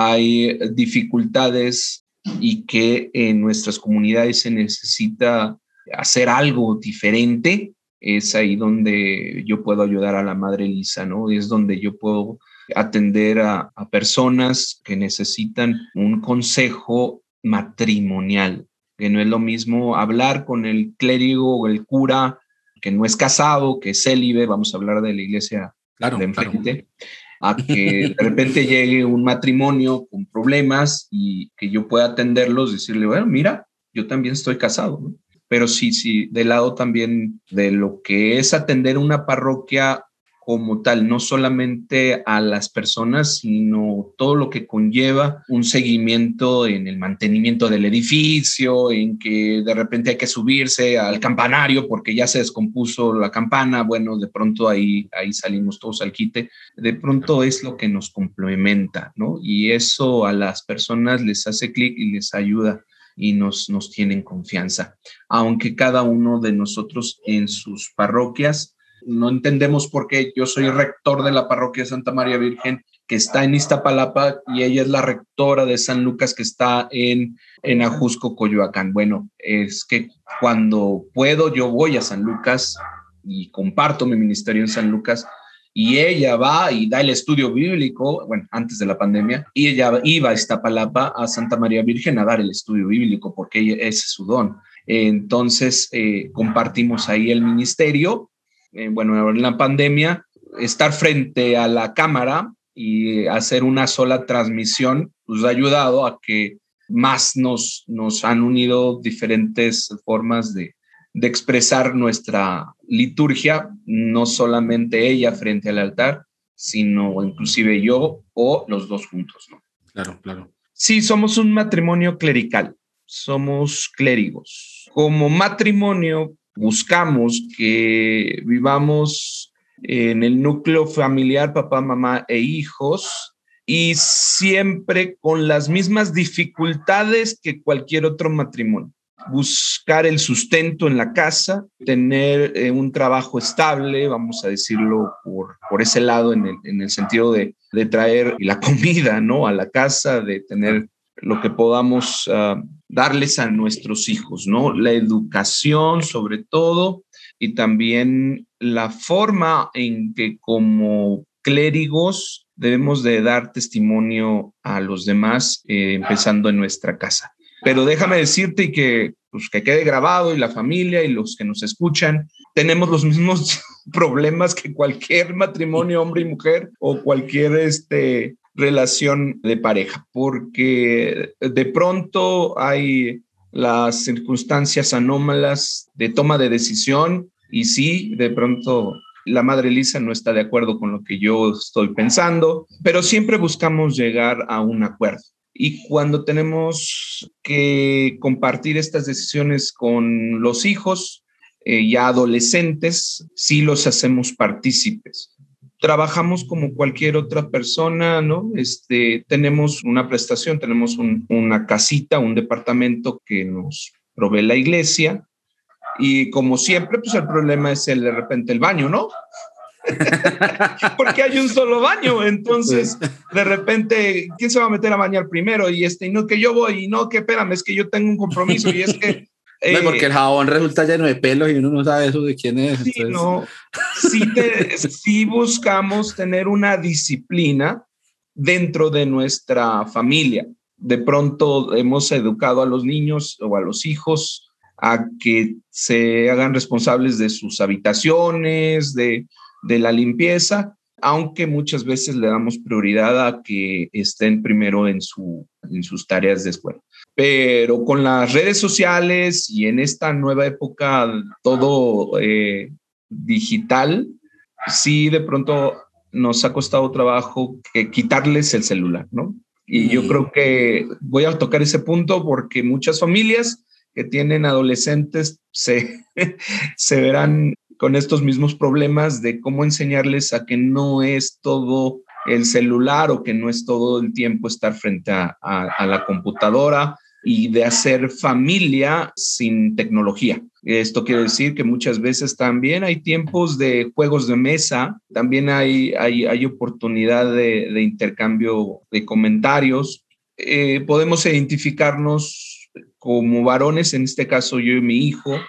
hay dificultades y que en nuestras comunidades se necesita hacer algo diferente, es ahí donde yo puedo ayudar a la Madre Elisa, ¿no? Es donde yo puedo atender a, a personas que necesitan un consejo matrimonial, que no es lo mismo hablar con el clérigo o el cura que no es casado, que es célibe, vamos a hablar de la iglesia claro, de enfrente, claro. a que de repente llegue un matrimonio con problemas y que yo pueda atenderlos, decirle, bueno, mira, yo también estoy casado, ¿no? Pero sí, sí, del lado también de lo que es atender una parroquia como tal, no solamente a las personas, sino todo lo que conlleva un seguimiento en el mantenimiento del edificio, en que de repente hay que subirse al campanario porque ya se descompuso la campana, bueno, de pronto ahí, ahí salimos todos al quite, de pronto es lo que nos complementa, ¿no? Y eso a las personas les hace clic y les ayuda y nos, nos tienen confianza, aunque cada uno de nosotros en sus parroquias no entendemos por qué. Yo soy rector de la parroquia de Santa María Virgen, que está en Iztapalapa, y ella es la rectora de San Lucas, que está en, en Ajusco, Coyoacán. Bueno, es que cuando puedo yo voy a San Lucas y comparto mi ministerio en San Lucas, y ella va y da el estudio bíblico, bueno, antes de la pandemia, y ella iba a Iztapalapa, a Santa María Virgen, a dar el estudio bíblico, porque ella, ese es su don. Entonces, eh, compartimos ahí el ministerio. Eh, bueno, en la pandemia, estar frente a la cámara y hacer una sola transmisión, pues ha ayudado a que más nos, nos han unido diferentes formas de, de expresar nuestra liturgia, no solamente ella frente al altar, sino inclusive yo o los dos juntos, ¿no? Claro, claro. Sí, somos un matrimonio clerical, somos clérigos. Como matrimonio, buscamos que vivamos en el núcleo familiar, papá, mamá e hijos, y siempre con las mismas dificultades que cualquier otro matrimonio. Buscar el sustento en la casa, tener eh, un trabajo estable, vamos a decirlo por, por ese lado, en el, en el sentido de, de traer la comida, ¿no?, a la casa, de tener lo que podamos uh, darles a nuestros hijos, ¿no? La educación sobre todo, y también la forma en que como clérigos debemos de dar testimonio a los demás, eh, empezando en nuestra casa. Pero déjame decirte que, pues, que quede grabado, y la familia y los que nos escuchan, tenemos los mismos problemas que cualquier matrimonio, hombre y mujer, o cualquier este, relación de pareja, porque de pronto hay las circunstancias anómalas de toma de decisión, y sí, de pronto la Madre Elisa no está de acuerdo con lo que yo estoy pensando, pero siempre buscamos llegar a un acuerdo. Y cuando tenemos que compartir estas decisiones con los hijos, eh, ya adolescentes, sí los hacemos partícipes. Trabajamos como cualquier otra persona, ¿no? Este, tenemos una prestación, tenemos un, una casita, un departamento que nos provee la iglesia, y como siempre, pues el problema es el, de repente el baño, ¿no? Porque hay un solo baño, entonces de repente, ¿quién se va a meter a bañar primero? Y este, no, que yo voy, y no, que espérame, es que yo tengo un compromiso, y es que... Eh, no, porque el jabón resulta lleno de pelos y uno no sabe eso de quién es. Sí, entonces... no, sí, te, sí buscamos tener una disciplina dentro de nuestra familia. De pronto hemos educado a los niños o a los hijos a que se hagan responsables de sus habitaciones, de, de la limpieza, aunque muchas veces le damos prioridad a que estén primero en, su, en sus tareas de escuela. Pero con las redes sociales y en esta nueva época todo eh, digital, sí de pronto nos ha costado trabajo que quitarles el celular, ¿no? Y mm. yo creo que voy a tocar ese punto porque muchas familias que tienen adolescentes se, se verán con estos mismos problemas de cómo enseñarles a que no es todo el celular, o que no es todo el tiempo estar frente a, a, a la computadora. y de hacer familia sin tecnología. Esto quiere decir que muchas veces también hay tiempos de juegos de mesa, también hay, hay, hay oportunidad de, de intercambio de comentarios. Eh, podemos identificarnos como varones, en este caso yo y mi hijo,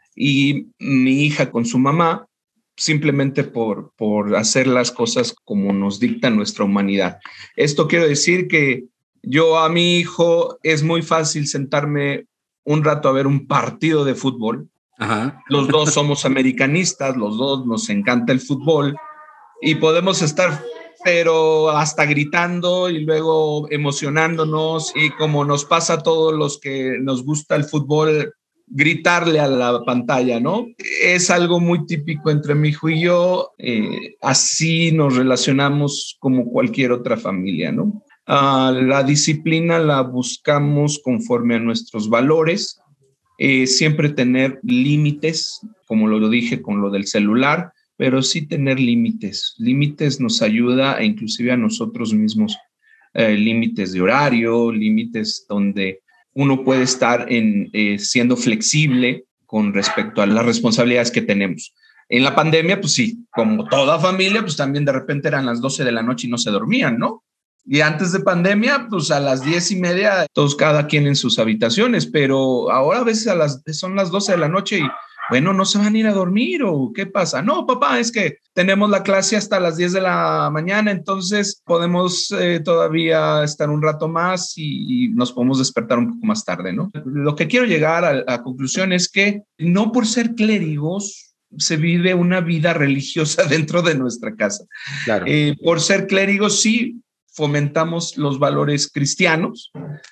y mi hija con su mamá, simplemente por, por hacer las cosas como nos dicta nuestra humanidad. Esto quiere decir que yo a mi hijo es muy fácil sentarme un rato a ver un partido de fútbol. Ajá. Los dos somos americanistas, los dos nos encanta el fútbol y podemos estar, pero hasta gritando y luego emocionándonos, y como nos pasa a todos los que nos gusta el fútbol, gritarle a la pantalla, ¿no? Es algo muy típico entre mi hijo y yo. Eh, así nos relacionamos como cualquier otra familia, ¿no? Uh, la disciplina la buscamos conforme a nuestros valores, eh, siempre tener límites, como lo dije con lo del celular, pero sí tener límites. Límites nos ayuda, e inclusive a nosotros mismos, eh, límites de horario, límites donde uno puede estar en, eh, siendo flexible con respecto a las responsabilidades que tenemos. En la pandemia, pues sí, como toda familia, pues también de repente eran las doce de la noche y no se dormían, ¿no? Y antes de pandemia, pues a las diez y media, todos cada quien en sus habitaciones, pero ahora a veces a las, son las doce de la noche y, bueno, ¿no se van a ir a dormir o qué pasa? No, papá, es que tenemos la clase hasta las diez de la mañana, entonces podemos eh, todavía estar un rato más y, y nos podemos despertar un poco más tarde, ¿no? Lo que quiero llegar a la conclusión es que no por ser clérigos se vive una vida religiosa dentro de nuestra casa. Claro. Eh, por ser clérigos, sí, fomentamos los valores cristianos,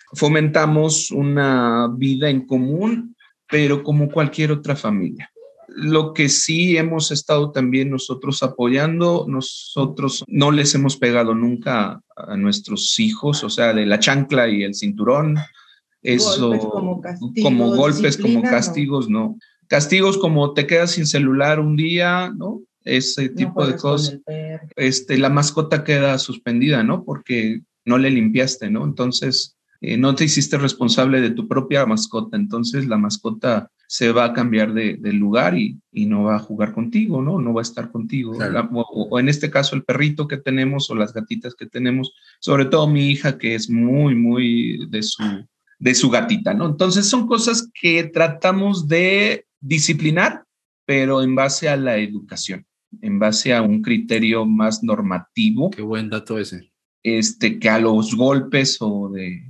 fomentamos una vida en común, pero como cualquier otra familia. Lo que sí hemos estado también nosotros apoyando, nosotros no les hemos pegado nunca a nuestros hijos, o sea, de la chancla y el cinturón, eso, golpes como, castigos, como golpes, como castigos, no. no. Castigos como te quedas sin celular un día, ¿no? Ese tipo no de cosas. Este, la mascota queda suspendida, ¿no? Porque no le limpiaste, ¿no? Entonces, eh, no te hiciste responsable de tu propia mascota. Entonces, la mascota se va a cambiar de, de lugar y, y no va a jugar contigo, ¿no? No va a estar contigo. Claro. La, o, o en este caso, el perrito que tenemos o las gatitas que tenemos, sobre todo mi hija, que es muy, muy de su, de su gatita, ¿no? Entonces, son cosas que tratamos de disciplinar, pero en base a la educación, en base a un criterio más normativo. Qué buen dato ese. Este, que a los golpes o de...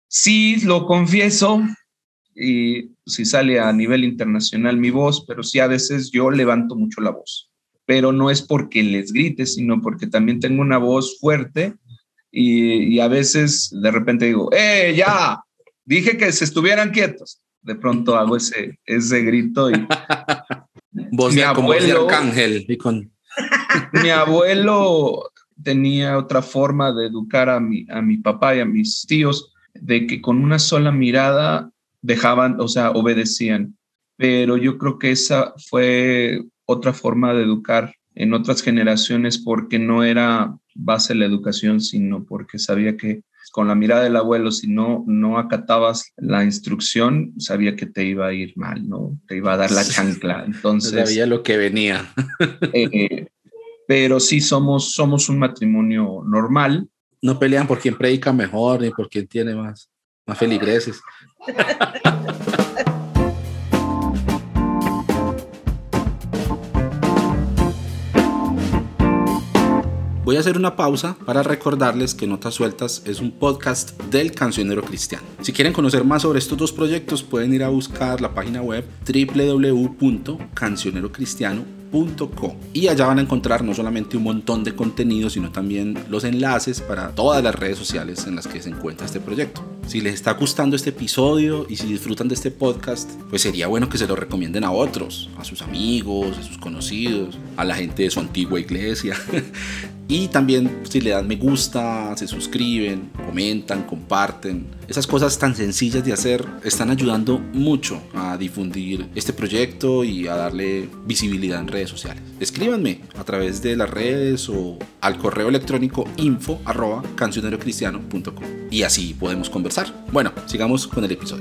Sí, lo confieso, y si sale a nivel internacional mi voz, pero sí a veces yo levanto mucho la voz. Pero no es porque les grite, sino porque también tengo una voz fuerte y, y a veces de repente digo, ¡eh, ya! Dije que se estuvieran quietos. De pronto hago ese, ese grito y... Voz de, como voz de arcángel. Y con... Mi abuelo tenía otra forma de educar a mi, a mi papá y a mis tíos, de que con una sola mirada dejaban, o sea, obedecían. Pero yo creo que esa fue otra forma de educar en otras generaciones, porque no era base la educación, sino porque sabía que con la mirada del abuelo, si no, no acatabas la instrucción, sabía que te iba a ir mal, ¿no? Te iba a dar la chancla. Entonces, sabía lo que venía. eh, pero sí somos, somos un matrimonio normal. No pelean por quién predica mejor ni por quién tiene más, más feligreses. Voy a hacer una pausa para recordarles que Notas Sueltas es un podcast del Cancionero Cristiano. Si quieren conocer más sobre estos dos proyectos, pueden ir a buscar la página web doble u doble u doble u punto cancionero cristiano punto com y allá van a encontrar no solamente un montón de contenido, sino también los enlaces para todas las redes sociales en las que se encuentra este proyecto. Si les está gustando este episodio y si disfrutan de este podcast, pues sería bueno que se lo recomienden a otros, a sus amigos, a sus conocidos, a la gente de su antigua iglesia. Y también si le dan me gusta, se suscriben, comentan, comparten. Esas cosas tan sencillas de hacer están ayudando mucho a difundir este proyecto y a darle visibilidad en redes sociales. Escríbanme a través de las redes o al correo electrónico info arroba cancionerocristiano punto com y así podemos conversar. Bueno, sigamos con el episodio.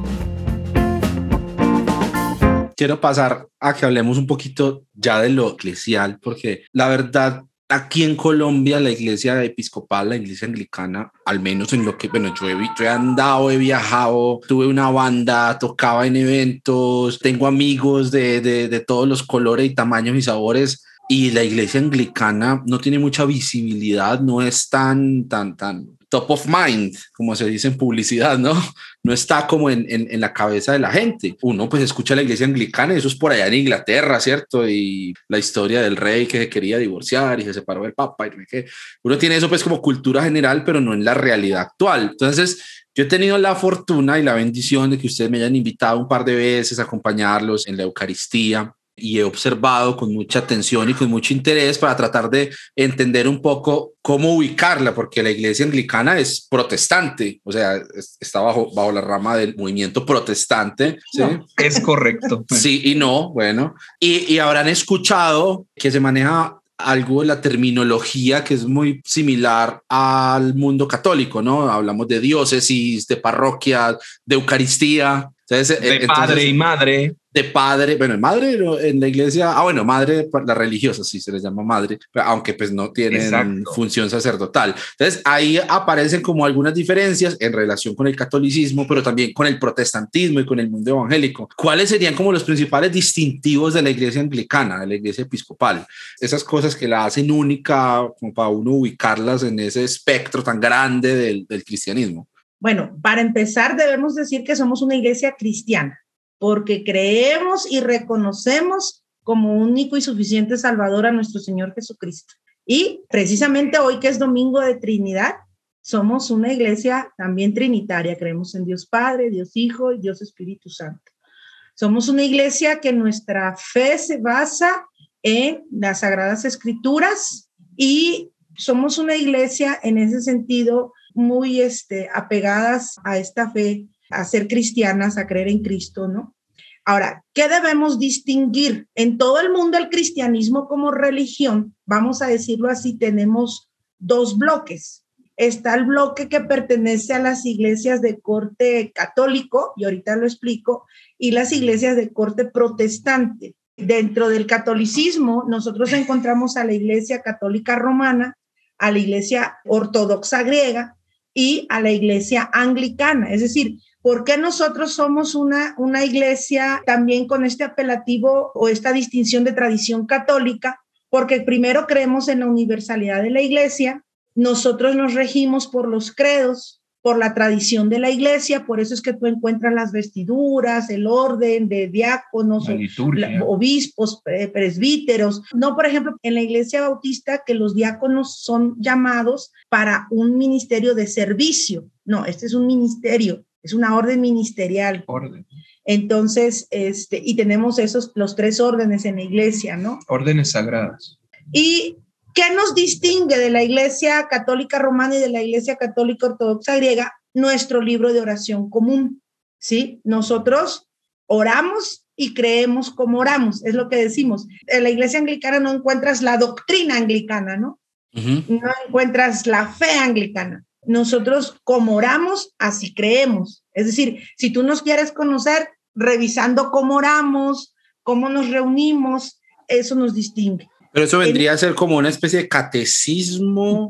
Quiero pasar a que hablemos un poquito ya de lo eclesial, porque la verdad, aquí en Colombia, la iglesia episcopal, la iglesia anglicana, al menos en lo que, bueno, yo he, yo he andado, he viajado, tuve una banda, tocaba en eventos, tengo amigos de, de, de todos los colores y tamaños y sabores, y la iglesia anglicana no tiene mucha visibilidad, no es tan, tan, tan top of mind, como se dice en publicidad, ¿no? No está como en, en, en la cabeza de la gente. Uno pues escucha la iglesia anglicana y eso es por allá en Inglaterra, ¿cierto? Y la historia del rey que se quería divorciar y se separó del papa y que uno tiene eso pues como cultura general, pero no en la realidad actual. Entonces yo he tenido la fortuna y la bendición de que ustedes me hayan invitado un par de veces a acompañarlos en la Eucaristía, y he observado con mucha atención y con mucho interés para tratar de entender un poco cómo ubicarla, porque la iglesia anglicana es protestante, o sea, está bajo, bajo la rama del movimiento protestante. ¿Sí? No, es correcto. Sí y no, bueno. Y, y habrán escuchado que se maneja algo de la terminología que es muy similar al mundo católico, ¿no? Hablamos de diócesis, de parroquia, de Eucaristía. Entonces, de entonces, padre y madre. De padre, bueno, madre en la iglesia, ah, bueno, madre, la religiosa, sí se les llama madre, aunque pues no tienen Exacto. función sacerdotal. Entonces, ahí aparecen como algunas diferencias en relación con el catolicismo, pero también con el protestantismo y con el mundo evangélico. ¿Cuáles serían como los principales distintivos de la iglesia anglicana, de la iglesia episcopal? Esas cosas que la hacen única, como para uno ubicarlas en ese espectro tan grande del, del cristianismo. Bueno, para empezar debemos decir que somos una iglesia cristiana, porque creemos y reconocemos como único y suficiente Salvador a nuestro Señor Jesucristo. Y precisamente hoy, que es Domingo de Trinidad, somos una iglesia también trinitaria. Creemos en Dios Padre, Dios Hijo y Dios Espíritu Santo. Somos una iglesia que nuestra fe se basa en las Sagradas Escrituras y somos una iglesia en ese sentido muy este, apegadas a esta fe, a ser cristianas, a creer en Cristo, ¿no? Ahora, ¿qué debemos distinguir? En todo el mundo el cristianismo como religión, vamos a decirlo así, tenemos dos bloques. Está el bloque que pertenece a las iglesias de corte católico, y ahorita lo explico, y las iglesias de corte protestante. Dentro del catolicismo, nosotros encontramos a la iglesia católica romana, a la iglesia ortodoxa griega y a la iglesia anglicana. Es decir, ¿por qué nosotros somos una, una iglesia también con este apelativo o esta distinción de tradición católica? Porque primero creemos en la universalidad de la iglesia, nosotros nos regimos por los credos, por la tradición de la iglesia, por eso es que tú encuentras las vestiduras, el orden de diáconos, o, la, obispos, presbíteros. No, por ejemplo, en la iglesia bautista que los diáconos son llamados para un ministerio de servicio. No, este es un ministerio, es una orden ministerial. Orden. Entonces, este, y tenemos esos, los tres órdenes en la iglesia, ¿no? Órdenes sagradas. Y ¿qué nos distingue de la iglesia católica romana y de la iglesia católica ortodoxa griega? Nuestro libro de oración común, ¿sí? Nosotros oramos y creemos como oramos, es lo que decimos. En la iglesia anglicana no encuentras la doctrina anglicana, ¿no? Uh-huh. No encuentras la fe anglicana. Nosotros como oramos, así creemos. Es decir, si tú nos quieres conocer, revisando cómo oramos, cómo nos reunimos, eso nos distingue. Pero eso vendría a ser como una especie de catecismo.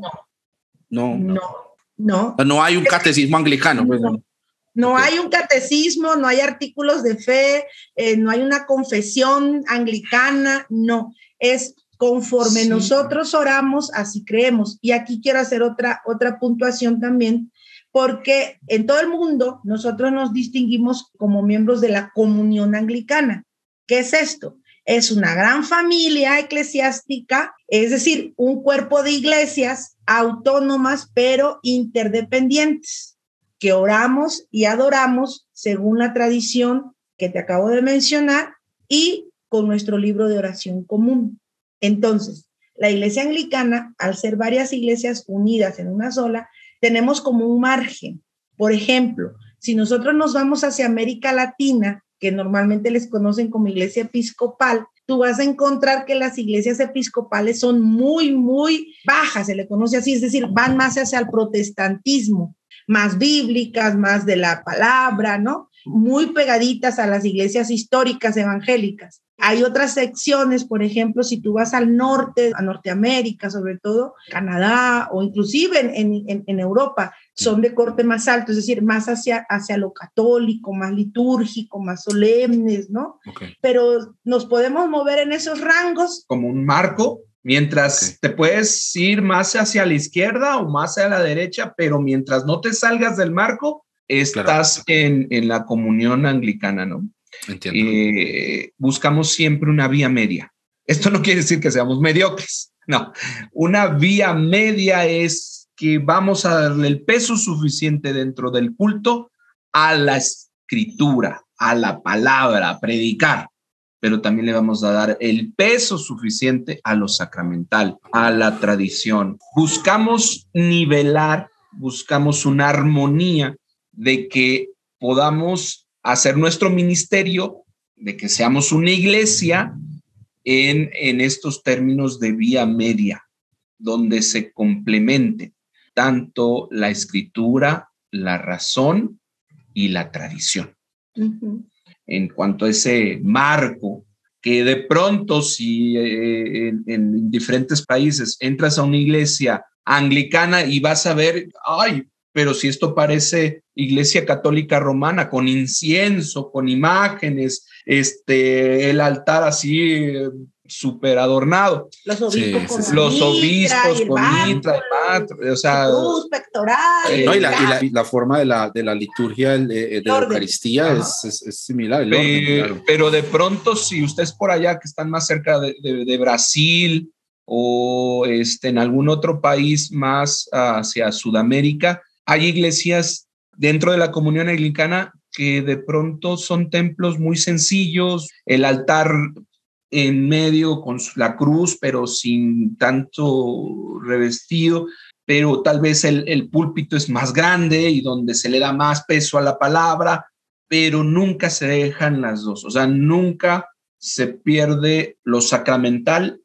No, no, no. No, no hay un catecismo anglicano. No, pues, no. no okay. hay un catecismo, no hay artículos de fe, eh, no hay una confesión anglicana, no. Es conforme sí. nosotros oramos, así creemos. Y aquí quiero hacer otra, otra puntuación también, porque en todo el mundo nosotros nos distinguimos como miembros de la comunión anglicana. ¿Qué es esto? Es una gran familia eclesiástica, es decir, un cuerpo de iglesias autónomas pero interdependientes, que oramos y adoramos según la tradición que te acabo de mencionar y con nuestro libro de oración común. Entonces, la iglesia anglicana, al ser varias iglesias unidas en una sola, tenemos como un margen. Por ejemplo, si nosotros nos vamos hacia América Latina, que normalmente les conocen como iglesia episcopal, tú vas a encontrar que las iglesias episcopales son muy, muy bajas, se le conoce así, es decir, van más hacia el protestantismo, más bíblicas, más de la palabra, ¿no? Muy pegaditas a las iglesias históricas evangélicas. Hay otras secciones, por ejemplo, si tú vas al norte, a Norteamérica, sobre todo, Canadá o inclusive en, en, en Europa, son de corte más alto, es decir, más hacia, hacia lo católico, más litúrgico, más solemnes, ¿no? Okay. Pero nos podemos mover en esos rangos. Como un marco, mientras okay. te puedes ir más hacia la izquierda o más hacia la derecha, pero mientras no te salgas del marco, estás claro. en, en la comunión anglicana, ¿no? Entiendo. Eh, buscamos siempre una vía media. Esto no quiere decir que seamos mediocres, no. Una vía media es que vamos a darle el peso suficiente dentro del culto a la escritura, a la palabra, a predicar, pero también le vamos a dar el peso suficiente a lo sacramental, a la tradición. Buscamos nivelar, buscamos una armonía de que podamos hacer nuestro ministerio, de que seamos una iglesia en, en estos términos de vía media, donde se complementen tanto la escritura, la razón y la tradición. Uh-huh. En cuanto a ese marco, que de pronto si eh, en, en diferentes países entras a una iglesia anglicana y vas a ver, ay, pero si esto parece iglesia católica romana, con incienso, con imágenes, este, el altar así súper adornado. Los obispos sí, con, sí, los obispos con mitra, o sea, cruz, pectoral. Eh, no, y, la, y, la, y la forma de la, de la liturgia de, de la Eucaristía es, es, es similar. El orden, eh, claro. Pero de pronto, si ustedes por allá que están más cerca de, de, de Brasil o este, en algún otro país más hacia Sudamérica, hay iglesias dentro de la comunión anglicana que de pronto son templos muy sencillos, el altar en medio con la cruz, pero sin tanto revestido, pero tal vez el, el púlpito es más grande y donde se le da más peso a la palabra, pero nunca se dejan las dos, o sea, nunca se pierde lo sacramental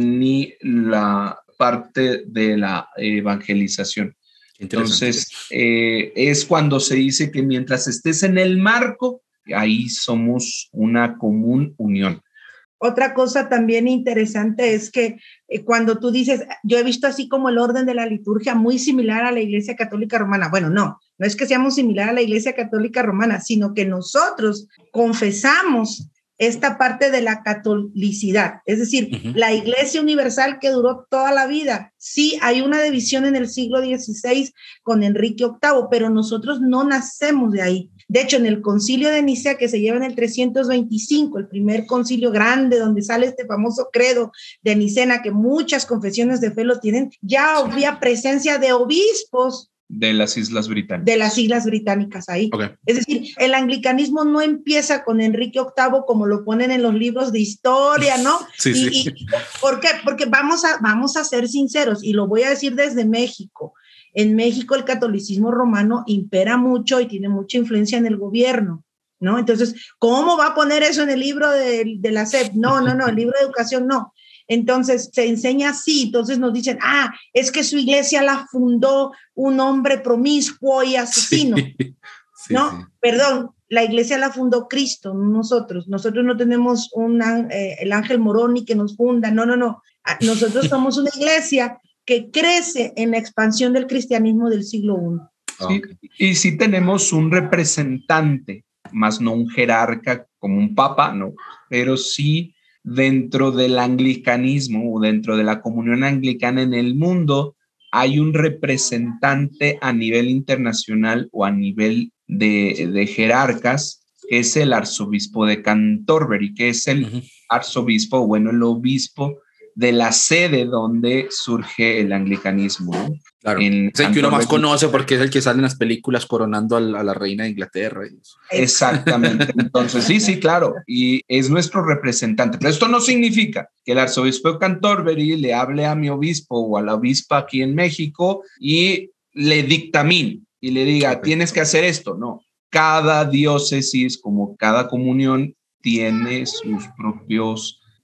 ni la parte de la evangelización. Entonces, eh, es cuando se dice que mientras estés en el marco, ahí somos una común unión. Otra cosa también interesante es que eh, cuando tú dices, yo he visto así como el orden de la liturgia muy similar a la Iglesia Católica Romana. Bueno, no, no es que seamos similar a la Iglesia Católica Romana, sino que nosotros confesamos esta parte de la catolicidad, es decir, uh-huh. la Iglesia Universal que duró toda la vida. Sí, hay una división en el siglo dieciséis con Enrique octavo, pero nosotros no nacemos de ahí. De hecho, en el concilio de Nicea, que se lleva en el trescientos veinticinco, el primer concilio grande donde sale este famoso credo de Nicena, que muchas confesiones de fe lo tienen, ya había presencia de obispos de las Islas Británicas. De las Islas Británicas ahí. Okay. Es decir, el anglicanismo no empieza con Enrique octavo como lo ponen en los libros de historia, ¿no? Sí, y, sí. Y, ¿por qué? Porque vamos a, vamos a ser sinceros, y lo voy a decir desde México. En México el catolicismo romano impera mucho y tiene mucha influencia en el gobierno, ¿no? Entonces, ¿cómo va a poner eso en el libro de, de la S E P? No, no, no, el libro de educación no. Entonces se enseña así, entonces nos dicen, ah, es que su iglesia la fundó un hombre promiscuo y asesino, sí, sí, ¿no? Sí. Perdón, la iglesia la fundó Cristo, no nosotros, nosotros no tenemos un, eh, el ángel Moroni que nos funda, no, no, no, nosotros somos una iglesia que crece en la expansión del cristianismo del siglo primero. Sí, y sí tenemos un representante, más no un jerarca como un papa, no, pero sí dentro del anglicanismo o dentro de la comunión anglicana en el mundo hay un representante a nivel internacional o a nivel de, de jerarcas, que es el arzobispo de Canterbury, que es el uh-huh. arzobispo, bueno, el obispo de la sede donde surge el anglicanismo, ¿no? Claro, en es el que uno más conoce porque es el que sale en las películas coronando a la, a la reina de Inglaterra. Y eso. Exactamente, entonces sí, sí, claro, y es nuestro representante, pero esto no significa que el arzobispo de Canterbury le hable a mi obispo o a la obispa aquí en México y le dictamine y le diga, okay, tienes que hacer esto, no. Cada diócesis, como cada comunión, tiene sus propios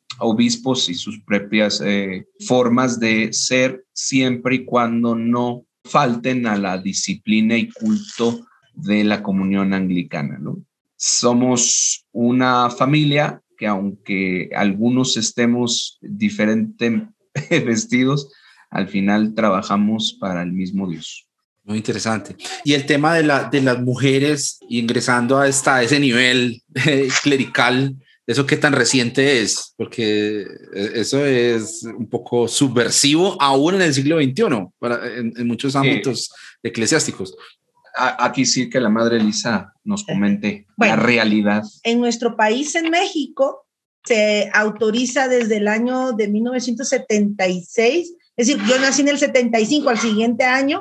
obispos y sus propias eh, formas de ser, siempre y cuando no falten a la disciplina y culto de la comunión anglicana, ¿no? Somos una familia que, aunque algunos estemos diferentes vestidos, al final trabajamos para el mismo Dios. Muy interesante. Y el tema de, la, de las mujeres ingresando hasta ese nivel eh, clerical, ¿eso qué tan reciente es? Porque eso es un poco subversivo aún en el siglo veintiuno, para, en, en muchos ámbitos eh, eclesiásticos. Aquí sí que la Madre Elisa nos comente bueno, la realidad. En nuestro país, en México, se autoriza desde el año de mil novecientos setenta y seis, es decir, yo nací en el setenta y cinco, al siguiente año,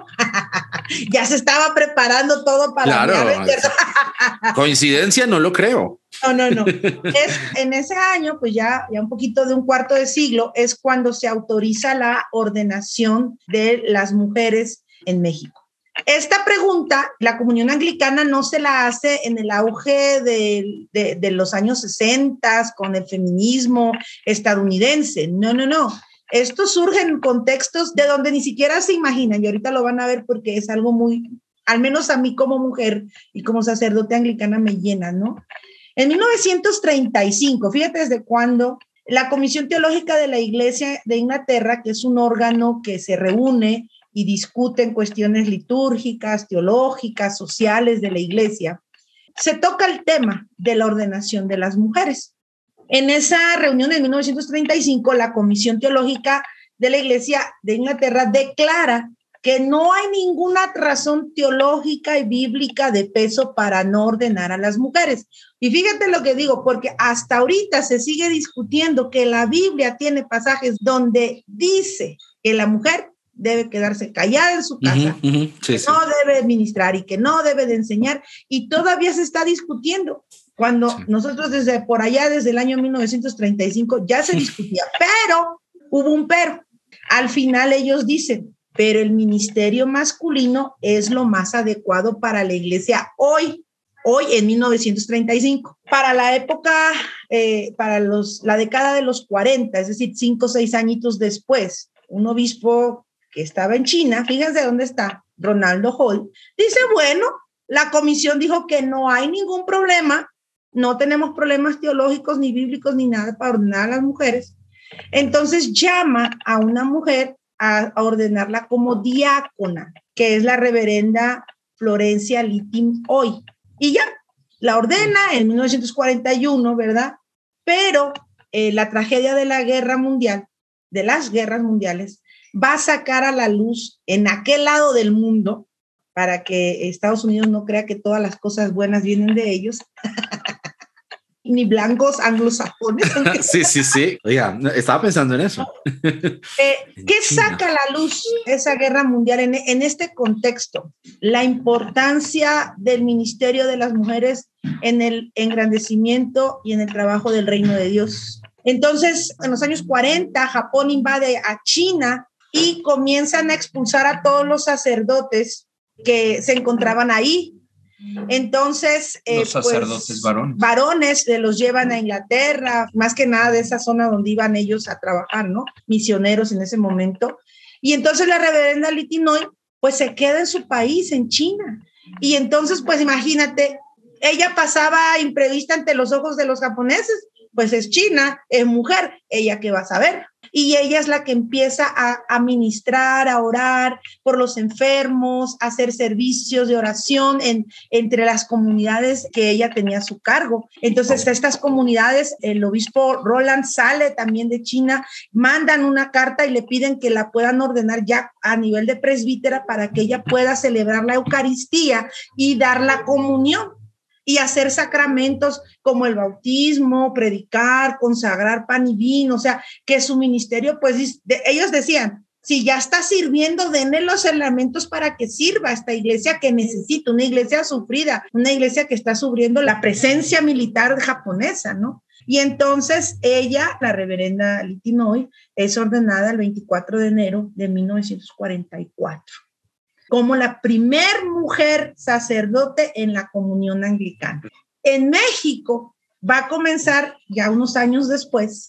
ya se estaba preparando todo para... Claro, mí, coincidencia no lo creo. No, no, no. Es, en ese año, pues ya, ya un poquito de un cuarto de siglo, es cuando se autoriza la ordenación de las mujeres en México. Esta pregunta, la comunión anglicana no se la hace en el auge de, de, de los años sesenta con el feminismo estadounidense. No, no, no. Esto surge en contextos de donde ni siquiera se imaginan, y ahorita lo van a ver porque es algo muy, al menos a mí como mujer y como sacerdote anglicana me llena, ¿no? En mil novecientos treinta y cinco, fíjate desde cuándo, la Comisión Teológica de la Iglesia de Inglaterra, que es un órgano que se reúne y discuten cuestiones litúrgicas, teológicas, sociales de la Iglesia, se toca el tema de la ordenación de las mujeres. En esa reunión de mil novecientos treinta y cinco, la Comisión Teológica de la Iglesia de Inglaterra declara que no hay ninguna razón teológica y bíblica de peso para no ordenar a las mujeres. Y fíjate lo que digo, porque hasta ahorita se sigue discutiendo que la Biblia tiene pasajes donde dice que la mujer debe quedarse callada en su casa, uh-huh, uh-huh. Sí, que sí. no debe ministrar y que no debe de enseñar, y todavía se está discutiendo, cuando sí. nosotros desde por allá, desde el año mil novecientos treinta y cinco, ya se discutía, pero hubo un pero. Al final ellos dicen, pero el ministerio masculino es lo más adecuado para la iglesia hoy, hoy en mil novecientos treinta y cinco. Para la época, eh, para los, la década de los cuarenta, es decir, cinco o seis añitos después, un obispo que estaba en China, fíjense dónde está, Ronaldo Hall, dice, bueno, la comisión dijo que no hay ningún problema, no tenemos problemas teológicos ni bíblicos ni nada para ordenar a las mujeres. Entonces llama a una mujer a, a ordenarla como diácona, que es la reverenda Florencia Littim Hoy. Y ya, la ordena en mil novecientos cuarenta y uno, ¿verdad? Pero eh, la tragedia de la guerra mundial, de las guerras mundiales, va a sacar a la luz en aquel lado del mundo, para que Estados Unidos no crea que todas las cosas buenas vienen de ellos, ni blancos anglosajones. Sí, sí, sí. Oiga, estaba pensando en eso. Eh, ¿Qué saca a la luz esa guerra mundial en, en este contexto? La importancia del ministerio de las mujeres en el engrandecimiento y en el trabajo del reino de Dios. Entonces, en los años cuarenta, Japón invade a China y comienzan a expulsar a todos los sacerdotes que se encontraban ahí. Entonces, eh, los sacerdotes pues, varones. varones eh, los llevan a Inglaterra, más que nada de esa zona donde iban ellos a trabajar, ¿no? Misioneros en ese momento. Y entonces la reverenda Littim Hoy, pues se queda en su país, en China. Y entonces, pues imagínate, ella pasaba imprevista ante los ojos de los japoneses, pues es china, es mujer, ella qué va a saber. Y ella es la que empieza a, a ministrar, a orar por los enfermos, a hacer servicios de oración en, entre las comunidades que ella tenía a su cargo. Entonces, estas comunidades, el obispo Roland sale también de China, mandan una carta y le piden que la puedan ordenar ya a nivel de presbítera para que ella pueda celebrar la Eucaristía y dar la comunión y hacer sacramentos como el bautismo, predicar, consagrar pan y vino, o sea, que su ministerio, pues de, ellos decían, si ya está sirviendo, denle los elementos para que sirva a esta iglesia que necesita, una iglesia sufrida, una iglesia que está sufriendo la presencia militar japonesa, ¿no? Y entonces ella, la reverenda Littim Hoy, es ordenada el veinticuatro de enero de mil novecientos cuarenta y cuatro. Como la primer mujer sacerdote en la comunión anglicana. En México va a comenzar, ya unos años después,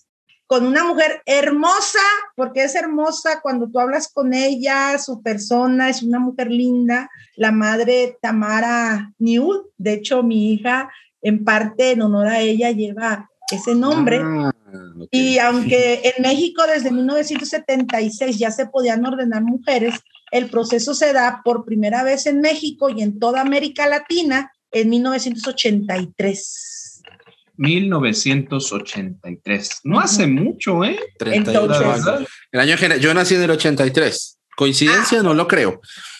con una mujer hermosa, porque es hermosa cuando tú hablas con ella, su persona es una mujer linda, la madre Tamara Newell. De hecho, mi hija, en parte en honor a ella, lleva ese nombre. Ah, okay. Y aunque en México desde mil novecientos setenta y seis ya se podían ordenar mujeres, el proceso se da por primera vez en México y en toda América Latina en mil novecientos ochenta y tres. mil novecientos ochenta y tres. No hace mucho, ¿eh? treinta y ocho años. El año que yo nací en el ochenta y tres. ¿Coincidencia? Ah. No lo creo.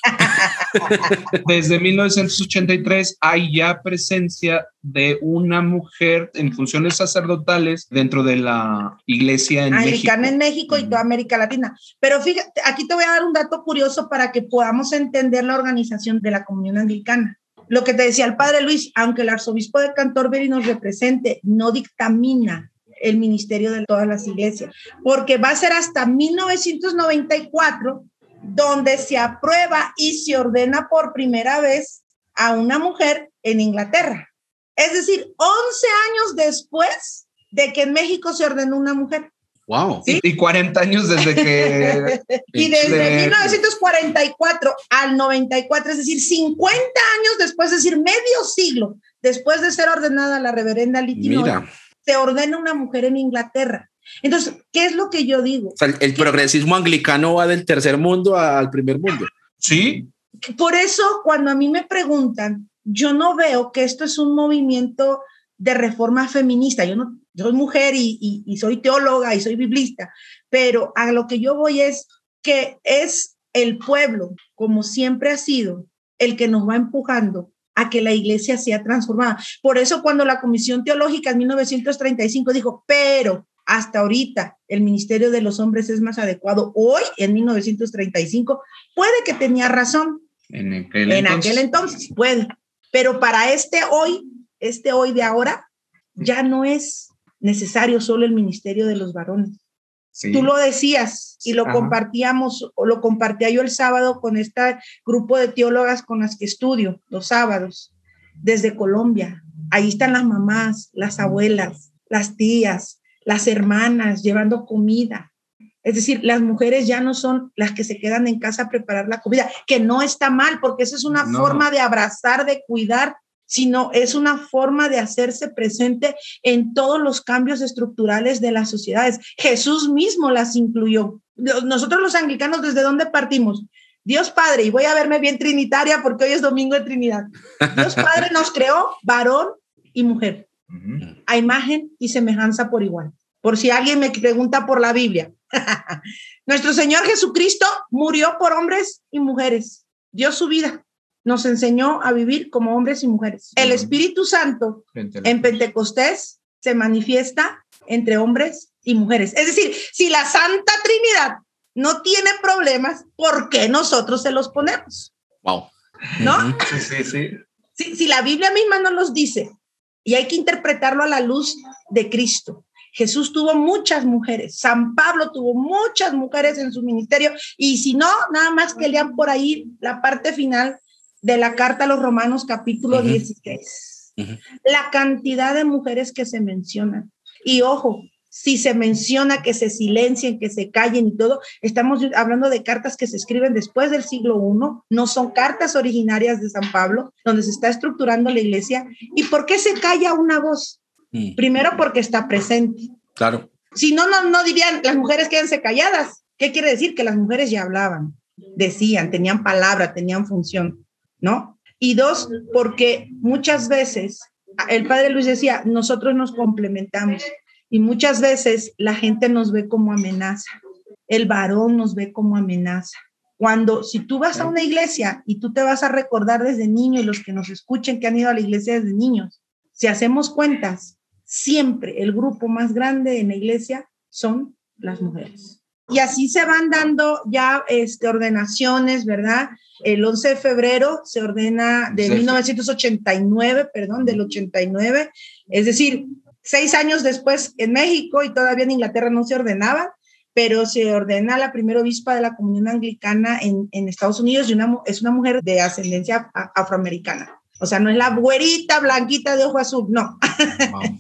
Desde mil novecientos ochenta y tres hay ya presencia de una mujer en funciones sacerdotales dentro de la iglesia en anglicana México. en México y toda América Latina. Pero fíjate, aquí te voy a dar un dato curioso para que podamos entender la organización de la comunión anglicana. Lo que te decía el padre Luis, aunque el arzobispo de Canterbury nos represente, no dictamina el ministerio de todas las iglesias, porque va a ser hasta mil novecientos noventa y cuatro donde se aprueba y se ordena por primera vez a una mujer en Inglaterra. Es decir, once años después de que en México se ordenó una mujer. Wow. ¿Sí? Y cuarenta años desde que... y desde de... mil novecientos cuarenta y cuatro al noventa y cuatro, es decir, cincuenta años después, es decir, medio siglo después de ser ordenada la reverenda Liti Noy, se ordena una mujer en Inglaterra. Entonces, ¿qué es lo que yo digo? O sea, el progresismo anglicano va del tercer mundo al primer mundo. Sí. Por eso, cuando a mí me preguntan, yo no veo que esto es un movimiento de reforma feminista. Yo no yo soy mujer y, y, y soy teóloga y soy biblista, pero a lo que yo voy es que es el pueblo, como siempre ha sido, el que nos va empujando a que la iglesia sea transformada. Por eso cuando la Comisión Teológica en mil novecientos treinta y cinco dijo, pero hasta ahorita el ministerio de los hombres es más adecuado, hoy en mil novecientos treinta y cinco, puede que tenía razón. En aquel en entonces. aquel entonces, puede. Pero para este hoy, este hoy de ahora, ya no es necesario solo el ministerio de los varones. Sí. Tú lo decías y lo Ajá. compartíamos, o lo compartía yo el sábado con este grupo de teólogas con las que estudio los sábados, desde Colombia. Ahí están las mamás, las abuelas, las tías, las hermanas llevando comida. Es decir, las mujeres ya no son las que se quedan en casa a preparar la comida, que no está mal, porque eso es una no. forma de abrazar, de cuidar, sino es una forma de hacerse presente en todos los cambios estructurales de las sociedades. Jesús mismo las incluyó. Nosotros los anglicanos, ¿desde dónde partimos? Dios Padre, y voy a verme bien trinitaria porque hoy es domingo de Trinidad. Dios Padre nos creó varón y mujer, uh-huh. a imagen y semejanza por igual. Por si alguien me pregunta por la Biblia. Nuestro Señor Jesucristo murió por hombres y mujeres, dio su vida. Nos enseñó a vivir como hombres y mujeres. El Espíritu Santo en Pentecostés se manifiesta entre hombres y mujeres. Es decir, si la Santa Trinidad no tiene problemas, ¿por qué nosotros se los ponemos? Wow. ¿No? Sí, sí, sí. Si, si la Biblia misma no los dice, y hay que interpretarlo a la luz de Cristo. Jesús tuvo muchas mujeres, San Pablo tuvo muchas mujeres en su ministerio, y si no, nada más que lean por ahí la parte final de la carta a los Romanos, capítulo uh-huh. dieciséis. Uh-huh. La cantidad de mujeres que se mencionan. Y ojo, si se menciona que se silencien, que se callen y todo, estamos hablando de cartas que se escriben después del siglo primero, no son cartas originarias de San Pablo, donde se está estructurando la iglesia. ¿Y por qué se calla una voz? Uh-huh. Primero, porque está presente. Claro. Si no, no, no dirían, las mujeres quédense calladas. ¿Qué quiere decir? Que las mujeres ya hablaban, decían, tenían palabra, tenían función, ¿no? Y dos, porque muchas veces, el padre Luis decía, nosotros nos complementamos y muchas veces la gente nos ve como amenaza, el varón nos ve como amenaza. Cuando, si tú vas a una iglesia y tú te vas a recordar desde niño, y los que nos escuchen que han ido a la iglesia desde niños, si hacemos cuentas, siempre el grupo más grande en la iglesia son las mujeres. Y así se van dando ya este, ordenaciones, ¿verdad? El once de febrero se ordena de sí. mil novecientos ochenta y nueve, perdón, del ochenta y nueve, es decir, seis años después en México, y todavía en Inglaterra no se ordenaba, pero se ordena la primera obispa de la comunión anglicana en, en Estados Unidos, y una, es una mujer de ascendencia afroamericana. O sea, no es la güerita blanquita de ojo azul, no. Wow, wow.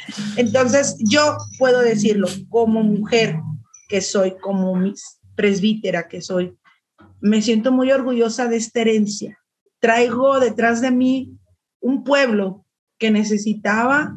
Entonces, yo puedo decirlo como mujer que soy, como mis presbítera que soy, me siento muy orgullosa de esta herencia. Traigo detrás de mí un pueblo que necesitaba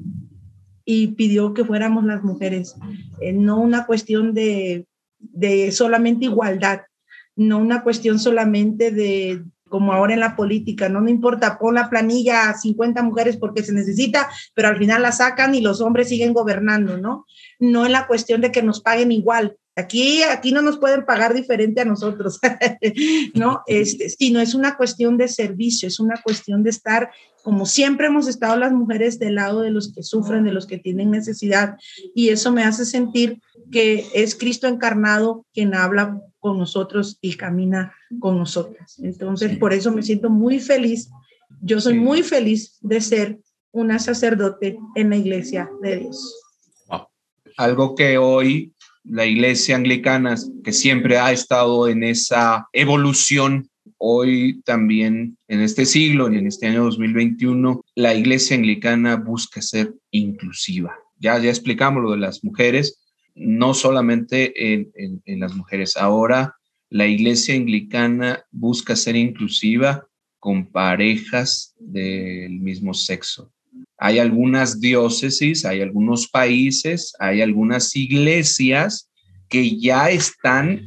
y pidió que fuéramos las mujeres, eh, no una cuestión de, de solamente igualdad, no una cuestión solamente de, como ahora en la política, no me importa, pon la planilla a cincuenta mujeres porque se necesita, pero al final la sacan y los hombres siguen gobernando, ¿no? No en la cuestión de que nos paguen igual. Aquí, aquí no nos pueden pagar diferente a nosotros, ¿no? Este, sino es una cuestión de servicio, es una cuestión de estar, como siempre hemos estado las mujeres, del lado de los que sufren, de los que tienen necesidad, y eso me hace sentir que es Cristo encarnado quien habla con nosotros y camina con nosotras. Entonces, sí. Por eso me siento muy feliz. Yo soy sí. muy feliz de ser una sacerdote en la Iglesia de Dios. Wow. Algo que hoy la Iglesia anglicana, que siempre ha estado en esa evolución, hoy también en este siglo y en este año dos mil veintiuno, la Iglesia anglicana busca ser inclusiva. Ya, ya explicamos lo de las mujeres, no solamente en, en, en las mujeres. Ahora la Iglesia anglicana busca ser inclusiva con parejas del mismo sexo. Hay algunas diócesis, hay algunos países, hay algunas iglesias que ya están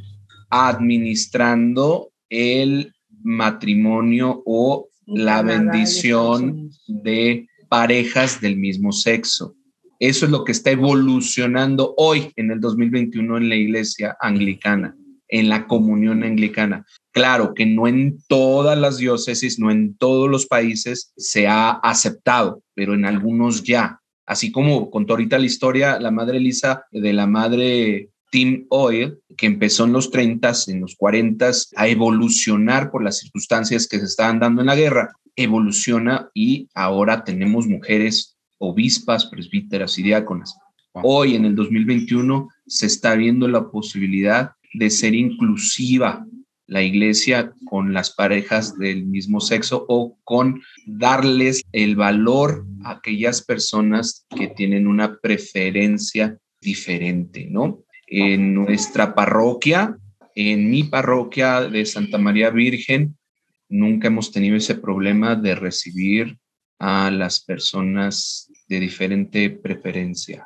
administrando el matrimonio o la bendición de parejas del mismo sexo. Eso es lo que está evolucionando hoy en el dos mil veintiuno en la Iglesia anglicana, en la comunión anglicana. Claro que no en todas las diócesis, no en todos los países se ha aceptado, pero en algunos ya. Así como contó ahorita la historia la madre Elisa de la madre Tim Oil, que empezó en los treinta, en los cuarenta a evolucionar por las circunstancias que se estaban dando en la guerra. Evoluciona y ahora tenemos mujeres obispas, presbíteras y diáconas. Hoy, en el dos mil veintiuno, se está viendo la posibilidad de ser inclusiva la iglesia con las parejas del mismo sexo o con darles el valor a aquellas personas que tienen una preferencia diferente, ¿no? En nuestra parroquia, en mi parroquia de Santa María Virgen, nunca hemos tenido ese problema de recibir a las personas de diferente preferencia.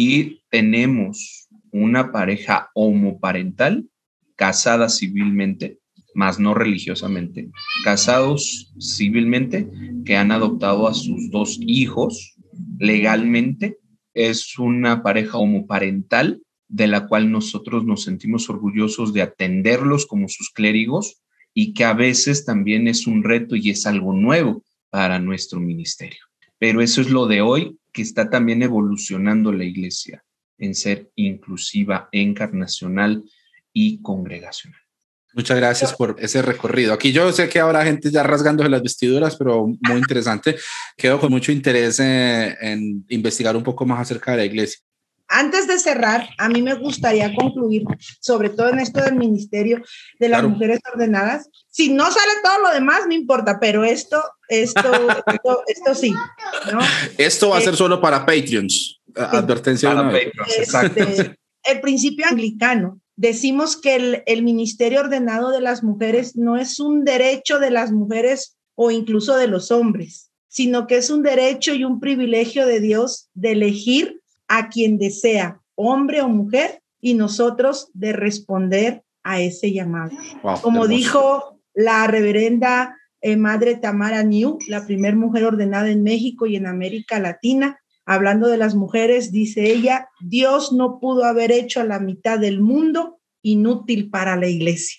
Y tenemos una pareja homoparental, casada civilmente, más no religiosamente, casados civilmente, que han adoptado a sus dos hijos legalmente. Es una pareja homoparental de la cual nosotros nos sentimos orgullosos de atenderlos como sus clérigos y que a veces también es un reto y es algo nuevo para nuestro ministerio. Pero eso es lo de hoy, que está también evolucionando la iglesia en ser inclusiva, encarnacional y congregacional. Muchas gracias por ese recorrido. Aquí yo sé que habrá gente ya rasgándose las vestiduras, pero muy interesante. Quedo con mucho interés en, en investigar un poco más acerca de la iglesia. Antes de cerrar, a mí me gustaría concluir, sobre todo en esto del ministerio de las claro. mujeres ordenadas. Si no sale todo lo demás, no importa, pero esto, esto, esto, esto sí, ¿no? Esto va eh, a ser solo para Patreons. Sí, advertencia para una Patreons, exacto. Este, el principio anglicano. Decimos que el, el ministerio ordenado de las mujeres no es un derecho de las mujeres o incluso de los hombres, sino que es un derecho y un privilegio de Dios de elegir a quien desea, hombre o mujer, y nosotros de responder a ese llamado. Wow, Como hermoso. Dijo la reverenda eh, Madre Tamara New, la primer mujer ordenada en México y en América Latina, hablando de las mujeres, dice ella, Dios no pudo haber hecho a la mitad del mundo inútil para la iglesia.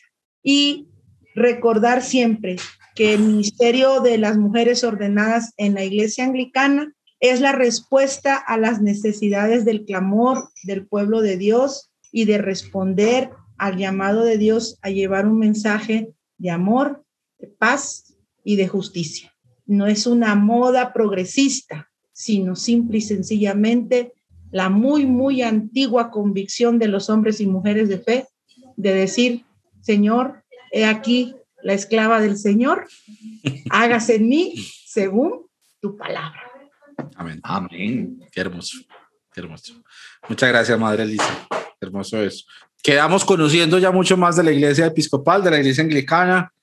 Y recordar siempre que el ministerio de las mujeres ordenadas en la iglesia anglicana es la respuesta a las necesidades del clamor del pueblo de Dios y de responder al llamado de Dios a llevar un mensaje de amor, de paz y de justicia. No es una moda progresista, sino simple y sencillamente la muy, muy antigua convicción de los hombres y mujeres de fe de decir, Señor, he aquí la esclava del Señor, hágase en mí según tu palabra. Amén. Amén. Qué hermoso. Hermoso. Muchas gracias, Madre Elisa. Hermoso eso. Quedamos conociendo ya mucho más de la iglesia episcopal, de la iglesia anglicana,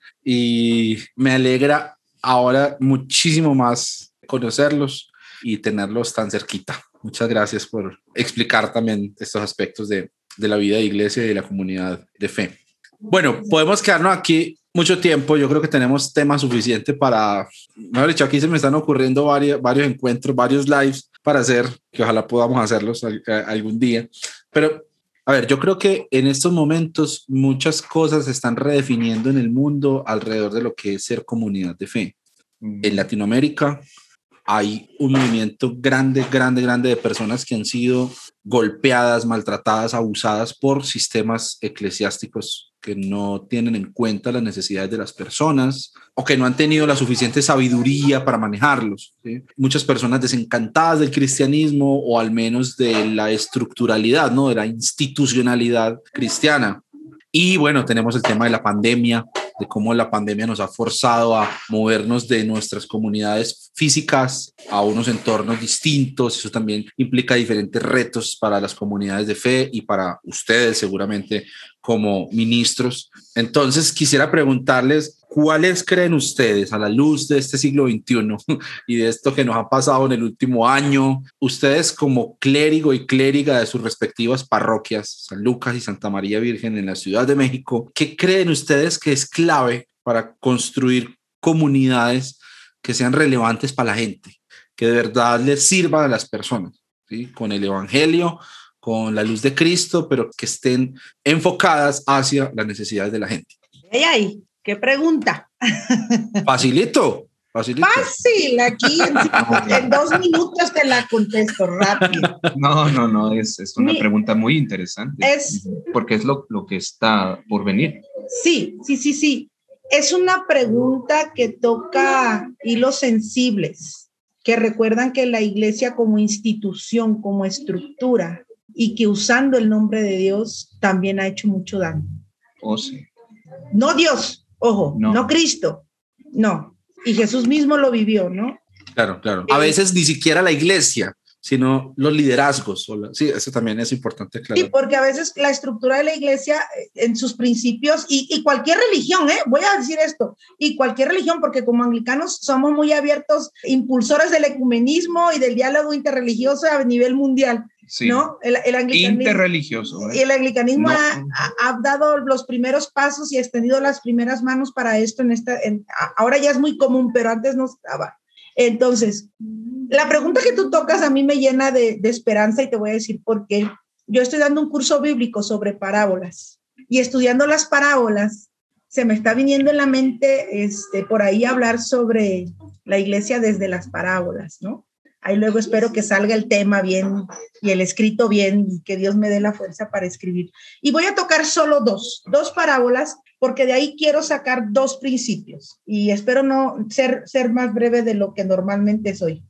y me alegra ahora muchísimo más conocerlos y tenerlos tan cerquita. Muchas gracias por explicar también estos aspectos de, de la vida de iglesia y de la comunidad de fe. Bueno, podemos quedarnos aquí mucho tiempo. Yo creo que tenemos tema suficiente para, mejor dicho, aquí se me están ocurriendo varios, varios encuentros, varios lives para hacer, que ojalá podamos hacerlos algún día. Pero, a ver, yo creo que en estos momentos muchas cosas se están redefiniendo en el mundo alrededor de lo que es ser comunidad de fe. Mm. En Latinoamérica hay un movimiento grande, grande, grande de personas que han sido golpeadas, maltratadas, abusadas por sistemas eclesiásticos que no tienen en cuenta las necesidades de las personas o que no han tenido la suficiente sabiduría para manejarlos, ¿sí? Muchas personas desencantadas del cristianismo o al menos de la estructuralidad, ¿no? De la institucionalidad cristiana. Y bueno, tenemos el tema de la pandemia, de cómo la pandemia nos ha forzado a movernos de nuestras comunidades físicas a unos entornos distintos. Eso también implica diferentes retos para las comunidades de fe y para ustedes seguramente como ministros. Entonces quisiera preguntarles, ¿cuáles creen ustedes a la luz de este siglo veintiuno y de esto que nos ha pasado en el último año, ustedes como clérigo y clériga de sus respectivas parroquias, San Lucas y Santa María Virgen en la Ciudad de México, qué creen ustedes que es clave para construir comunidades que sean relevantes para la gente, que de verdad les sirvan a las personas, ¿sí? Con el evangelio, con la luz de Cristo, pero que estén enfocadas hacia las necesidades de la gente? ¡Ay, ay! ¿Qué pregunta? Facilito, facilito. Fácil, aquí en, en dos minutos te la contesto rápido. No, no, no, es, es una Mi, pregunta muy interesante. Es, porque es lo, lo que está por venir. Sí, sí, sí, sí. Es una pregunta que toca hilos sensibles, que recuerdan que la iglesia como institución, como estructura, y que usando el nombre de Dios también ha hecho mucho daño. Oh, sí. No Dios, ojo, no, no Cristo, no. Y Jesús mismo lo vivió, ¿no? Claro, claro. A veces ni siquiera la iglesia, sino los liderazgos. Sí, eso también es importante, claro. Sí, porque a veces la estructura de la iglesia en sus principios y, y cualquier religión, ¿eh? Voy a decir esto, y cualquier religión, porque como anglicanos somos muy abiertos, impulsores del ecumenismo y del diálogo interreligioso a nivel mundial. Sí. ¿No? El, el anglicanismo, interreligioso. ¿eh? El anglicanismo no. ha, ha dado los primeros pasos y ha extendido las primeras manos para esto. En esta, en, ahora ya es muy común, pero antes no estaba. Entonces, la pregunta que tú tocas a mí me llena de, de esperanza y te voy a decir por qué. Yo estoy dando un curso bíblico sobre parábolas y estudiando las parábolas se me está viniendo en la mente este, por ahí hablar sobre la iglesia desde las parábolas, ¿no? Ahí luego espero que salga el tema bien y el escrito bien y que Dios me dé la fuerza para escribir. Y voy a tocar solo dos, dos parábolas, porque de ahí quiero sacar dos principios y espero no ser, ser más breve de lo que normalmente soy.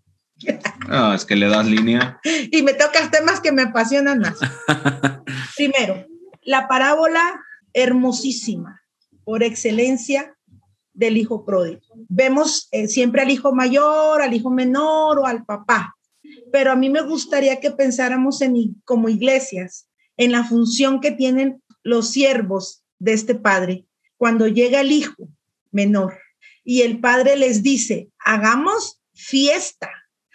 Ah, es que le das línea. Y me tocas temas que me apasionan más. Primero, la parábola hermosísima, por excelencia, del hijo pródigo. Vemos eh, siempre al hijo mayor, al hijo menor o al papá, pero a mí me gustaría que pensáramos en, como iglesias en la función que tienen los siervos de este padre cuando llega el hijo menor y el padre les dice, hagamos fiesta,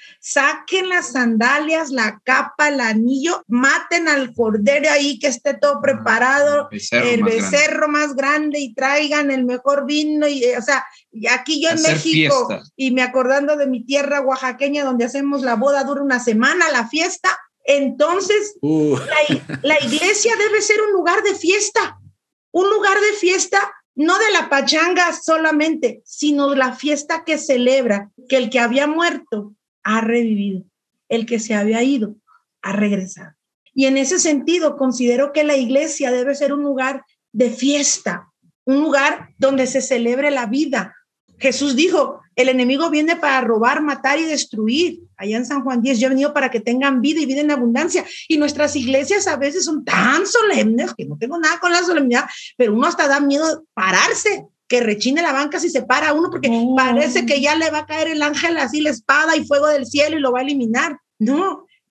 saquen las sandalias, la capa, el anillo, maten al cordero ahí que esté todo preparado, el becerro, el más, becerro grande. más grande y traigan el mejor vino. Y, o sea, aquí yo en Hacer México fiesta. Y me acordando de mi tierra oaxaqueña donde hacemos la boda, dura una semana la fiesta. Entonces, uh. la, la iglesia debe ser un lugar de fiesta, un lugar de fiesta no de la pachanga solamente, sino la fiesta que celebra que el que había muerto ha revivido, el que se había ido ha regresado. Y en ese sentido considero que la iglesia debe ser un lugar de fiesta, un lugar donde se celebre la vida. Jesús dijo, el enemigo viene para robar, matar y destruir. Allá en San Juan diez, yo he venido para que tengan vida y vida en abundancia. Y nuestras iglesias a veces son tan solemnes, que no tengo nada con la solemnidad, pero uno hasta da miedo pararse, que rechine la banca si se para uno, porque oh. parece que ya le va a caer el ángel así la espada y fuego del cielo y lo va a eliminar. No,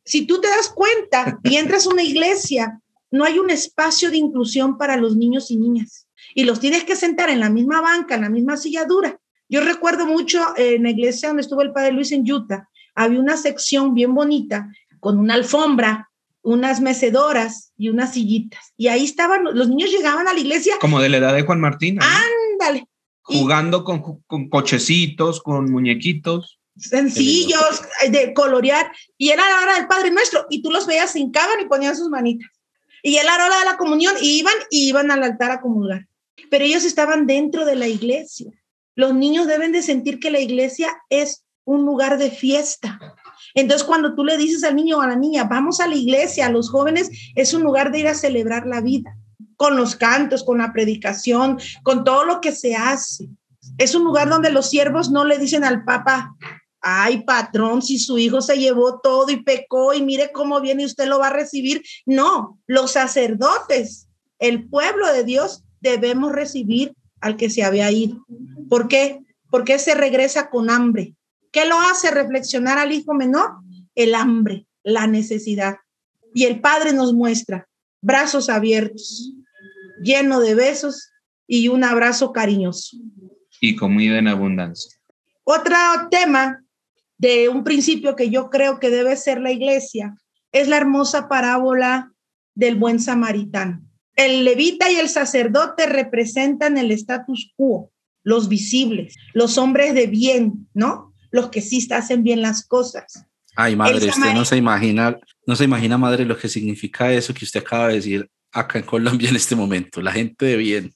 Si tú te das cuenta y entras a una iglesia, no hay un espacio de inclusión para los niños y niñas. Y los tienes que sentar en la misma banca, en la misma silla dura. Yo recuerdo mucho eh, en la iglesia donde estuvo el padre Luis en Utah, había una sección bien bonita con una alfombra, unas mecedoras y unas sillitas. Y ahí estaban, los niños llegaban a la iglesia. Como de la edad de Juan Martín, ¿no? Ándale. Jugando y, con, con cochecitos, con muñequitos. Sencillos, de colorear. Y era la hora del Padre Nuestro. Y tú los veías, se hincaban y ponían sus manitas. Y era la hora de la comunión y iban, y iban al altar a comulgar. Pero ellos estaban dentro de la iglesia. Los niños deben de sentir que la iglesia es un lugar de fiesta. Entonces, cuando tú le dices al niño o a la niña, vamos a la iglesia, a los jóvenes, es un lugar de ir a celebrar la vida, con los cantos, con la predicación, con todo lo que se hace. Es un lugar donde los siervos no le dicen al papa, ay, patrón, si su hijo se llevó todo y pecó y mire cómo viene y usted lo va a recibir. No, los sacerdotes, el pueblo de Dios, debemos recibir al que se había ido. ¿Por qué? Porque se regresa con hambre. ¿Qué lo hace reflexionar al hijo menor? El hambre, la necesidad. Y el padre nos muestra brazos abiertos, lleno de besos y un abrazo cariñoso. Y comida en abundancia. Otro tema de un principio que yo creo que debe ser la iglesia es la hermosa parábola del buen samaritano. El levita y el sacerdote representan el status quo, los visibles, los hombres de bien, ¿no? Los que sí hacen bien las cosas. Ay, madre, usted no se imagina, no se imagina, madre, lo que significa eso que usted acaba de decir acá en Colombia en este momento, la gente de bien.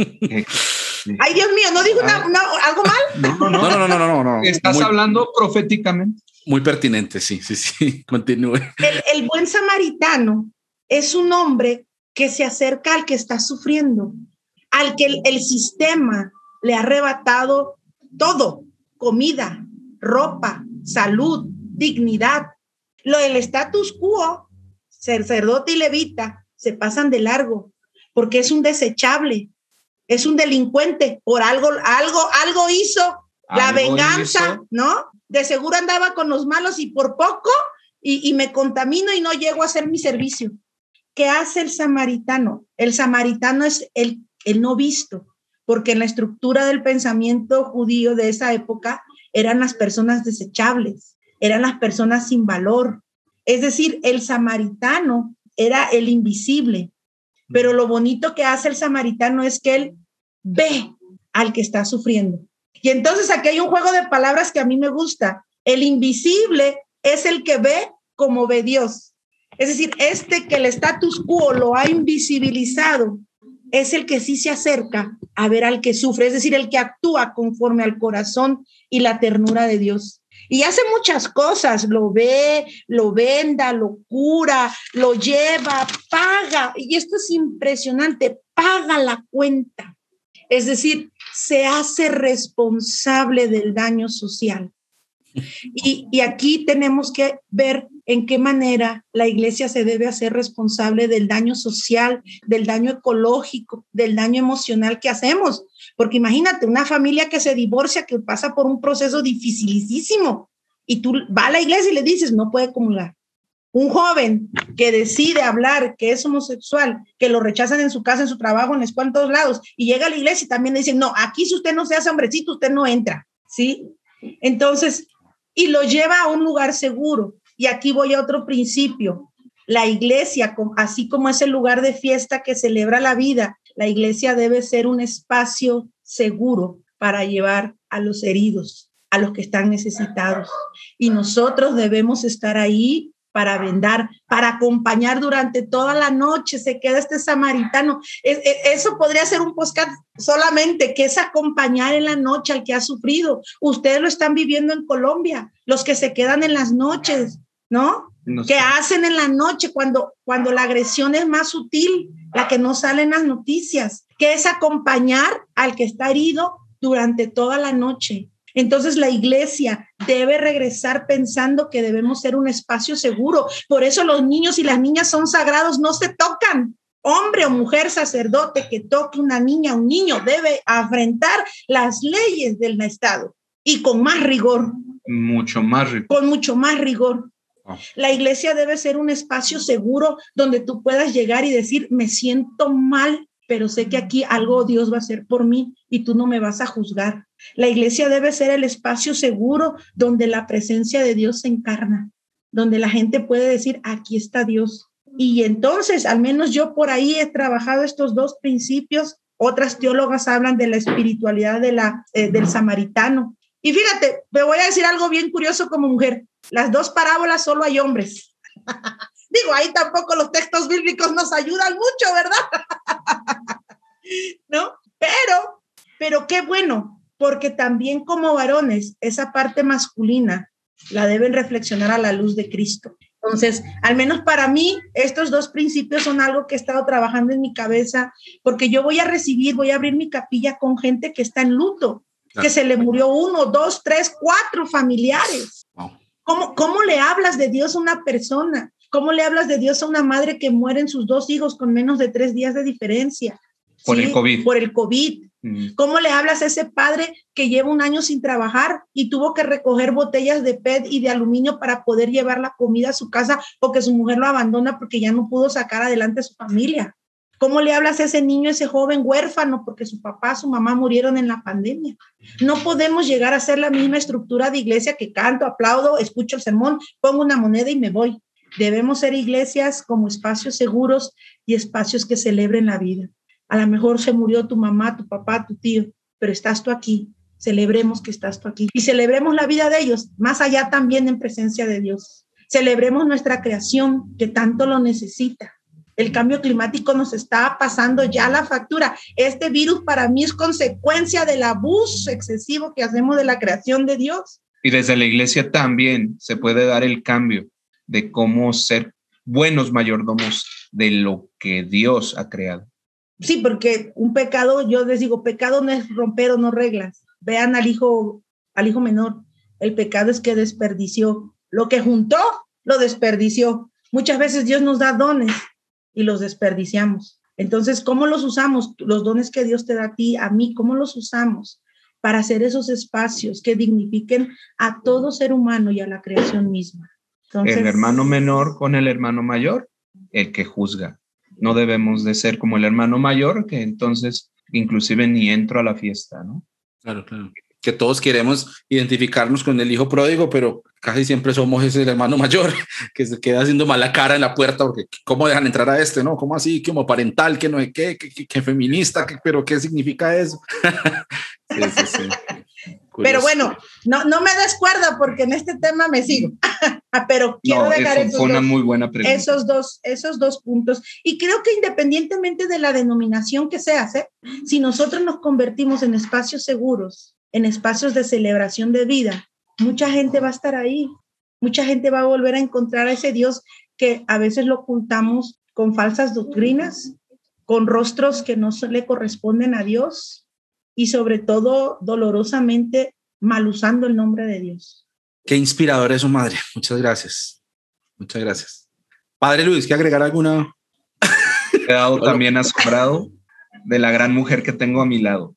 Ay, Dios mío, ¿no dijo una, una, algo mal? No, no, no, no, no, no, no, no. Estás muy, hablando proféticamente. Muy pertinente, sí, sí, sí, continúe. El, el buen samaritano es un hombre que se acerca al que está sufriendo, al que el, el sistema le ha arrebatado todo, comida, ropa, salud, dignidad. Lo del status quo, sacerdote y levita, se pasan de largo porque es un desechable, es un delincuente, por algo, algo, algo hizo, la algo venganza, hizo. ¿No? De seguro andaba con los malos y por poco y, y me contamino y no llego a hacer mi servicio. ¿Qué hace el samaritano? El samaritano es el, el no visto, porque en la estructura del pensamiento judío de esa época eran las personas desechables, eran las personas sin valor. Es decir, el samaritano era el invisible, pero lo bonito que hace el samaritano es que él ve al que está sufriendo. Y entonces aquí hay un juego de palabras que a mí me gusta. El invisible es el que ve como ve Dios. Es decir, este que el status quo lo ha invisibilizado es el que sí se acerca a ver al que sufre, es decir, el que actúa conforme al corazón y la ternura de Dios. Y hace muchas cosas, lo ve, lo venda, lo cura, lo lleva, paga. Y esto es impresionante, paga la cuenta. Es decir, se hace responsable del daño social. Y, y aquí tenemos que ver en qué manera la iglesia se debe hacer responsable del daño social, del daño ecológico, del daño emocional que hacemos. Porque imagínate una familia que se divorcia, que pasa por un proceso dificilísimo y tú vas a la iglesia y le dices, no puede comulgar. Un joven que decide hablar que es homosexual, que lo rechazan en su casa, en su trabajo, en la escuela, en todos lados, y llega a la iglesia y también le dicen, no, aquí si usted no se hace hombrecito, usted no entra, ¿sí? Entonces, y lo lleva a un lugar seguro. Y aquí voy a otro principio. La iglesia, así como es el lugar de fiesta que celebra la vida, la iglesia debe ser un espacio seguro para llevar a los heridos, a los que están necesitados. Y nosotros debemos estar ahí para vendar, para acompañar durante toda la noche. Se queda este samaritano. Es, es, eso podría ser un podcast solamente, que es acompañar en la noche al que ha sufrido. Ustedes lo están viviendo en Colombia, los que se quedan en las noches, ¿no? No sé. ¿Qué hacen en la noche cuando, cuando la agresión es más sutil, la que no sale en las noticias? Que es acompañar al que está herido durante toda la noche. Entonces la iglesia debe regresar pensando que debemos ser un espacio seguro. Por eso los niños y las niñas son sagrados, no se tocan. Hombre o mujer sacerdote que toque una niña o un niño debe afrontar las leyes del Estado y con más rigor. Mucho más rigor. Con mucho más rigor. Oh. La iglesia debe ser un espacio seguro donde tú puedas llegar y decir, me siento mal, pero sé que aquí algo Dios va a hacer por mí y tú no me vas a juzgar. La iglesia debe ser el espacio seguro donde la presencia de Dios se encarna, donde la gente puede decir, aquí está Dios. Y entonces, al menos yo por ahí he trabajado estos dos principios. Otras teólogas hablan de la espiritualidad de la, eh, del samaritano. Y fíjate, me voy a decir algo bien curioso como mujer. Las dos parábolas solo hay hombres. Digo, ahí tampoco los textos bíblicos nos ayudan mucho, ¿verdad? ¿No? Pero, pero qué bueno, porque también como varones, esa parte masculina la deben reflexionar a la luz de Cristo. Entonces, al menos para mí, estos dos principios son algo que he estado trabajando en mi cabeza, porque yo voy a recibir, voy a abrir mi capilla con gente que está en luto, claro, que se le murió uno, dos, tres, cuatro familiares. Wow. ¿Cómo, ¿Cómo le hablas de Dios a una persona? ¿Cómo le hablas de Dios a una madre que mueren sus dos hijos con menos de tres días de diferencia? Por ¿Sí? el COVID. Por el COVID. Mm. ¿Cómo le hablas a ese padre que lleva un año sin trabajar y tuvo que recoger botellas de P E T y de aluminio para poder llevar la comida a su casa porque su mujer lo abandona porque ya no pudo sacar adelante a su familia? ¿Cómo le hablas a ese niño, ese joven huérfano porque su papá, su mamá murieron en la pandemia? No podemos llegar a ser la misma estructura de iglesia que canto, aplaudo, escucho el sermón, pongo una moneda y me voy. Debemos ser iglesias como espacios seguros y espacios que celebren la vida. A lo mejor se murió tu mamá, tu papá, tu tío, pero estás tú aquí. Celebremos que estás tú aquí. Y celebremos la vida de ellos, más allá también en presencia de Dios. Celebremos nuestra creación, que tanto lo necesita. El cambio climático nos está pasando ya la factura. Este virus para mí es consecuencia del abuso excesivo que hacemos de la creación de Dios. Y desde la iglesia también se puede dar el cambio de cómo ser buenos mayordomos de lo que Dios ha creado. Sí, porque un pecado, yo les digo, pecado no es romper o no reglas. Vean al hijo, al hijo menor. El pecado es que desperdició. Lo que juntó, lo desperdició. Muchas veces Dios nos da dones y los desperdiciamos. Entonces, ¿cómo los usamos? Los dones que Dios te da a ti, a mí, ¿cómo los usamos para hacer esos espacios que dignifiquen a todo ser humano y a la creación misma? Entonces, el hermano menor con el hermano mayor, el que juzga. No debemos de ser como el hermano mayor, que entonces inclusive ni entro a la fiesta, ¿no? Claro, claro. Que todos queremos identificarnos con el hijo pródigo, pero casi siempre somos ese hermano mayor que se queda haciendo mala cara en la puerta porque ¿cómo dejan entrar a este? ¿No? ¿Cómo así? ¿Cómo parental? ¿Qué no es qué? ¿Qué, qué, qué feminista? ¿Qué, ¿Pero qué significa eso? Sí, sí, sí. Pero bueno, no, no me des cuerda porque en este tema me sigo. Pero quiero no, dejar eso esos, fue una dos, muy buena pregunta. esos, dos, esos dos puntos. Y creo que independientemente de la denominación que se hace, si nosotros nos convertimos en espacios seguros, en espacios de celebración de vida, mucha gente va a estar ahí. Mucha gente va a volver a encontrar a ese Dios que a veces lo ocultamos con falsas doctrinas, con rostros que no le corresponden a Dios y sobre todo dolorosamente mal usando el nombre de Dios. Qué inspirador eso, madre. Muchas gracias. Muchas gracias. Padre Luis, ¿qué agregar alguna? He quedado también asombrado de la gran mujer que tengo a mi lado.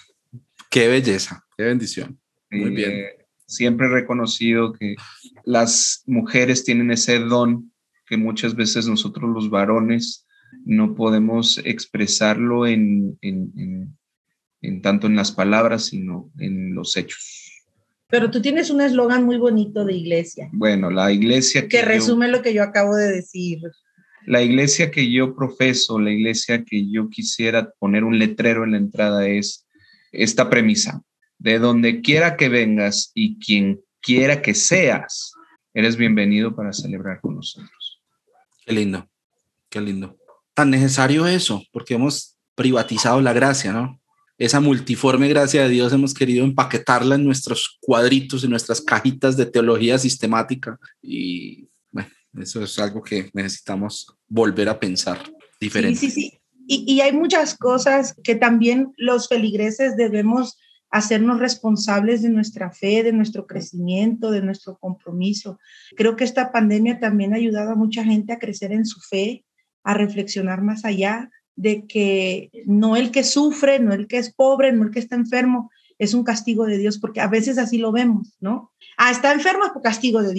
Qué belleza, qué bendición. Muy eh, bien. Siempre he reconocido que las mujeres tienen ese don que muchas veces nosotros los varones no podemos expresarlo en, en, en, en tanto en las palabras, sino en los hechos. Pero tú tienes un eslogan muy bonito de iglesia. Bueno, la iglesia que, que resume yo, lo que yo acabo de decir. La iglesia que yo profeso, la iglesia que yo quisiera poner un letrero en la entrada es esta premisa: de donde quiera que vengas y quien quiera que seas, eres bienvenido para celebrar con nosotros. Qué lindo, qué lindo. Tan necesario eso, porque hemos privatizado la gracia, ¿no? Esa multiforme gracia de Dios hemos querido empaquetarla en nuestros cuadritos, en nuestras cajitas de teología sistemática. Y bueno, eso es algo que necesitamos volver a pensar diferente. Sí, sí, sí. Y, y hay muchas cosas que también los feligreses debemos hacernos responsables de nuestra fe, de nuestro crecimiento, de nuestro compromiso. Creo que esta pandemia también ha ayudado a mucha gente a crecer en su fe, a reflexionar más allá, de que no el que sufre, no el que es pobre, no el que está enfermo, es un castigo de Dios, porque a veces así lo vemos, ¿no? Ah, está enfermo es por castigo de Dios.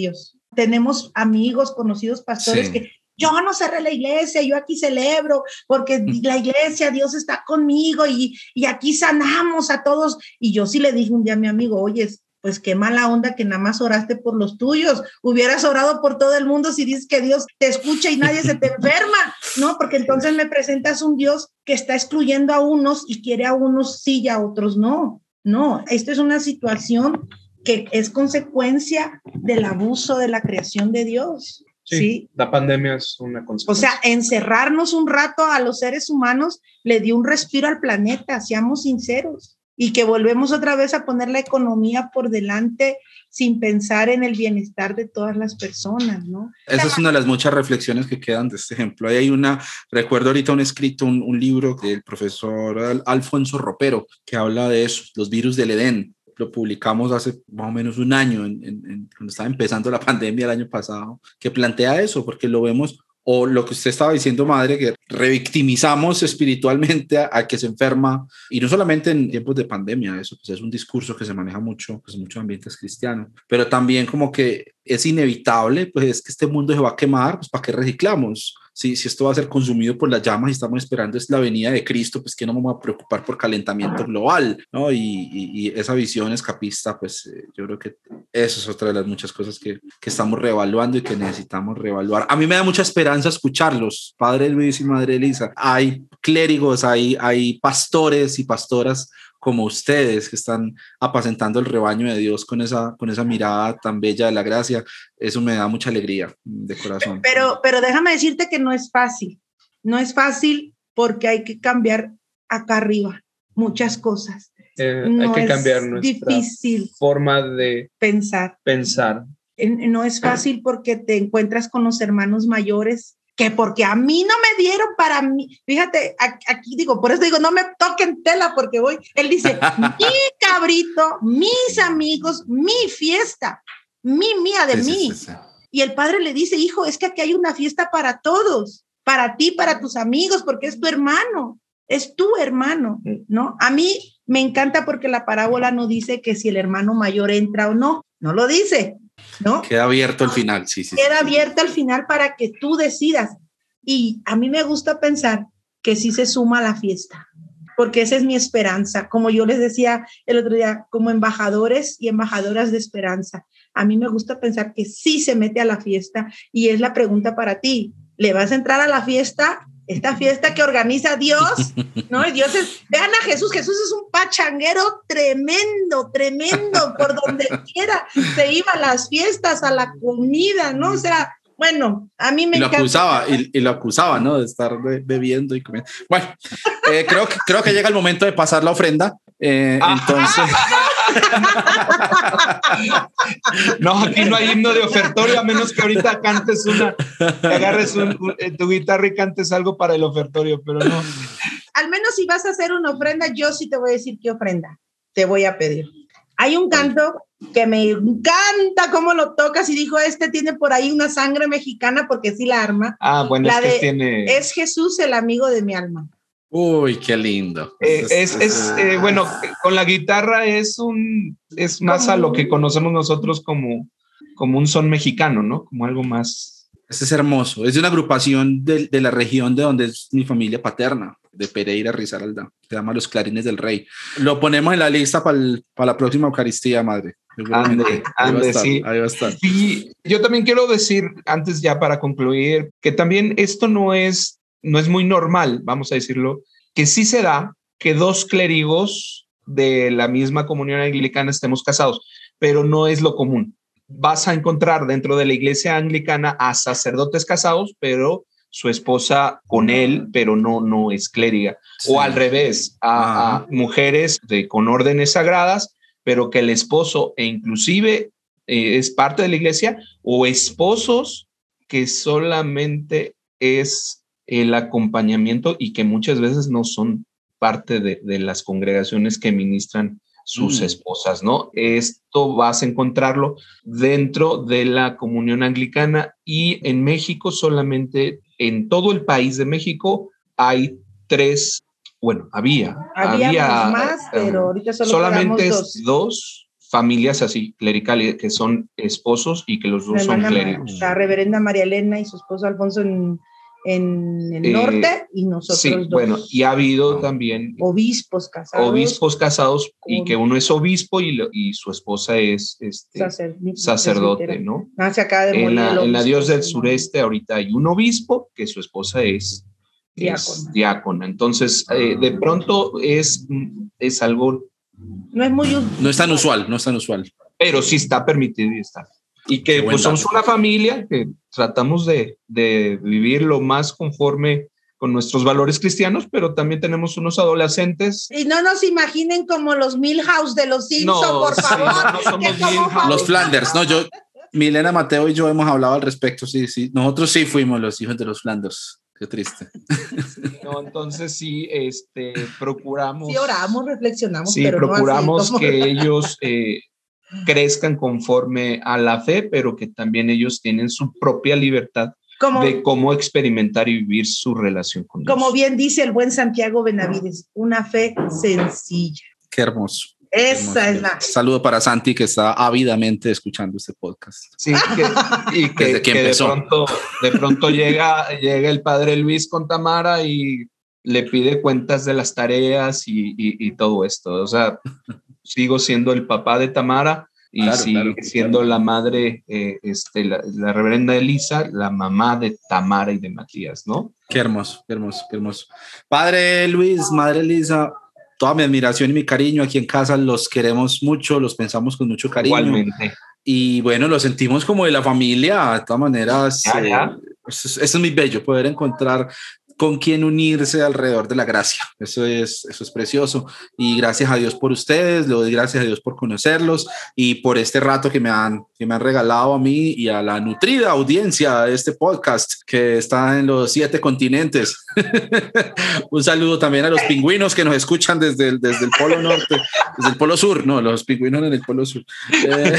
Tenemos amigos, conocidos pastores Sí. que yo no cerré la iglesia, yo aquí celebro porque la iglesia, Dios está conmigo y, y aquí sanamos a todos. Y yo sí le dije un día a mi amigo, oye, pues qué mala onda que nada más oraste por los tuyos. Hubieras orado por todo el mundo si dices que Dios te escucha y nadie se te enferma, ¿no? Porque entonces me presentas un Dios que está excluyendo a unos y quiere a unos sí y a otros no. No, esto es una situación que es consecuencia del abuso de la creación de Dios. Sí, ¿sí? La pandemia es una consecuencia. O sea, encerrarnos un rato a los seres humanos le dio un respiro al planeta, seamos sinceros, y que volvemos otra vez a poner la economía por delante sin pensar en el bienestar de todas las personas, ¿no? Esa es una de las muchas reflexiones que quedan de este ejemplo. Ahí hay una, recuerdo ahorita un escrito, un, un libro del profesor Alfonso Ropero, que habla de eso, los virus del Edén. Lo publicamos hace más o menos un año, en, en, en, cuando estaba empezando la pandemia el año pasado, que plantea eso, porque lo vemos, o lo que usted estaba diciendo, madre, que revictimizamos espiritualmente a, a que se enferma, y no solamente en tiempos de pandemia, eso pues es un discurso que se maneja mucho, pues en muchos ambientes cristianos, pero también como que es inevitable, pues es que este mundo se va a quemar, pues ¿para qué reciclamos? Si, si esto va a ser consumido por las llamas y estamos esperando es la venida de Cristo, pues que no me voy a preocupar por calentamiento global, ¿no? Y, y, y esa visión escapista, pues eh, yo creo que eso es otra de las muchas cosas que, que estamos reevaluando y que necesitamos reevaluar. A mí me da mucha esperanza escucharlos, Padre Luis y Madre Elisa. Hay clérigos, hay, hay pastores y pastoras como ustedes que están apacentando el rebaño de Dios con esa, con esa mirada tan bella de la gracia. Eso me da mucha alegría de corazón. Pero, pero déjame decirte que no es fácil. No es fácil porque hay que cambiar acá arriba muchas cosas. Eh, no hay que es cambiar nuestra difícil forma de pensar. pensar. No es fácil porque te encuentras con los hermanos mayores que porque a mí no me dieron para mí, fíjate, aquí digo, por eso digo, no me toquen tela porque voy, él dice, mi cabrito, mis amigos, mi fiesta, mi mía de sí, mí. Sí, sí, sí. Y el padre le dice, hijo, es que aquí hay una fiesta para todos, para ti, para tus amigos, porque es tu hermano, es tu hermano, ¿no? A mí me encanta porque la parábola no dice que si el hermano mayor entra o no, no lo dice, ¿no? Queda abierto al final, sí, sí. Queda sí, abierto sí. al final para que tú decidas. Y a mí me gusta pensar que sí se suma a la fiesta, porque esa es mi esperanza. Como yo les decía el otro día, como embajadores y embajadoras de esperanza, a mí me gusta pensar que sí se mete a la fiesta. Y es la pregunta para ti, ¿le vas a entrar a la fiesta? Esta fiesta que organiza Dios, ¿no? Y Dios es, vean a Jesús, Jesús es un pachanguero tremendo, tremendo, por donde quiera, se iba a las fiestas, a la comida, ¿no? O sea, bueno, a mí me y lo encanta. Acusaba, y, y lo acusaba, ¿no? De estar be bebiendo y comiendo. Bueno, eh, creo, que, creo que llega el momento de pasar la ofrenda. Eh, entonces. No, aquí no hay himno de ofertorio, a menos que ahorita cantes una, que agarres un, un, tu guitarra y cantes algo para el ofertorio, pero no. Al menos si vas a hacer una ofrenda, yo sí te voy a decir qué ofrenda te voy a pedir. Hay un canto que me encanta cómo lo tocas y dijo, este tiene por ahí una sangre mexicana porque sí la arma. Ah, bueno, la es que de, tiene... Es Jesús el amigo de mi alma. Uy, qué lindo. Eh, es, es, es eh, bueno, con la guitarra es un, es más a lo que conocemos nosotros como, como un son mexicano, ¿no? Como algo más. Este es hermoso. Es de una agrupación de, de la región de donde es mi familia paterna, de Pereira, Risaralda. Se llama Los Clarines del Rey. Lo ponemos en la lista para pa la próxima Eucaristía, madre. Ande, ande, estar, sí. Ahí va a estar. Y yo también quiero decir, antes ya para concluir, que también esto no es, no es muy normal, vamos a decirlo, que sí se da que dos clérigos de la misma comunión anglicana estemos casados, pero no es lo común. Vas a encontrar dentro de la iglesia anglicana a sacerdotes casados, pero su esposa con él, pero no, no es clériga. Sí. O al revés, a, a mujeres de, con órdenes sagradas, pero que el esposo e inclusive eh, es parte de la iglesia, o esposos que solamente es el acompañamiento y que muchas veces no son parte de, de las congregaciones que ministran sus mm. esposas, ¿no? Esto vas a encontrarlo dentro de la comunión anglicana y en México solamente, en todo el país de México hay tres, bueno, había. Había más, pero ahorita solo solamente dos. dos familias así, clericales, que son esposos y que los dos son clérigos. La reverenda María Elena y su esposo Alfonso en, en el eh, norte y nosotros sí, dos. Bueno, y ha habido también obispos casados. Obispos casados con, y que uno es obispo y, lo, y su esposa es este, Sacer, sacerdote, ¿no? Ah, se acaba de en, morir la, el en la Dios del Sureste ahorita hay un obispo que su esposa es diácona. Es diácona. Entonces, eh, de pronto es, es algo... No es muy No es tan usual, no es tan usual. Pero sí está permitido y está. Y que pues somos una familia que tratamos de, de vivir lo más conforme con nuestros valores cristianos, pero también tenemos unos adolescentes. Y no nos imaginen como los Milhouse de los Simpsons, no, por favor. Sí, no, no somos Milhouse. Los Flanders, no, yo, Milena, Mateo y yo hemos hablado al respecto, sí, sí. Nosotros sí fuimos los hijos de los Flanders. Qué triste. No, entonces sí, este, procuramos. Sí, oramos, reflexionamos, sí, pero procuramos no así como... que ellos eh, crezcan conforme a la fe, pero que también ellos tienen su propia libertad como, de cómo experimentar y vivir su relación con Dios. Como bien dice el buen Santiago Benavides, una fe sencilla. Qué hermoso. Esa es la. Saludo para Santi, que está ávidamente escuchando este podcast. Sí, que, y que, que, que de pronto, de pronto llega, llega el padre Luis con Tamara y le pide cuentas de las tareas y, y, y todo esto. O sea, sigo siendo el papá de Tamara y claro, sigue claro, siendo claro. la madre, eh, este, la, la reverenda Elisa, la mamá de Tamara y de Matías, ¿no? Qué hermoso, qué hermoso, qué hermoso. Padre Luis, madre Elisa, toda mi admiración y mi cariño. Aquí en casa los queremos mucho, los pensamos con mucho cariño. Igualmente. Y bueno, lo sentimos como de la familia. De todas maneras, ya, ya. Eh, eso, es, eso es muy bello, poder encontrar con quien unirse alrededor de la gracia. Eso es, eso es precioso. Y gracias a Dios por ustedes, le doy gracias a Dios por conocerlos y por este rato que me han, que me han regalado a mí y a la nutrida audiencia de este podcast que está en los siete continentes. Un saludo también a los pingüinos que nos escuchan desde el, desde el Polo Norte, desde el Polo Sur, no, los pingüinos en el Polo Sur. Eh,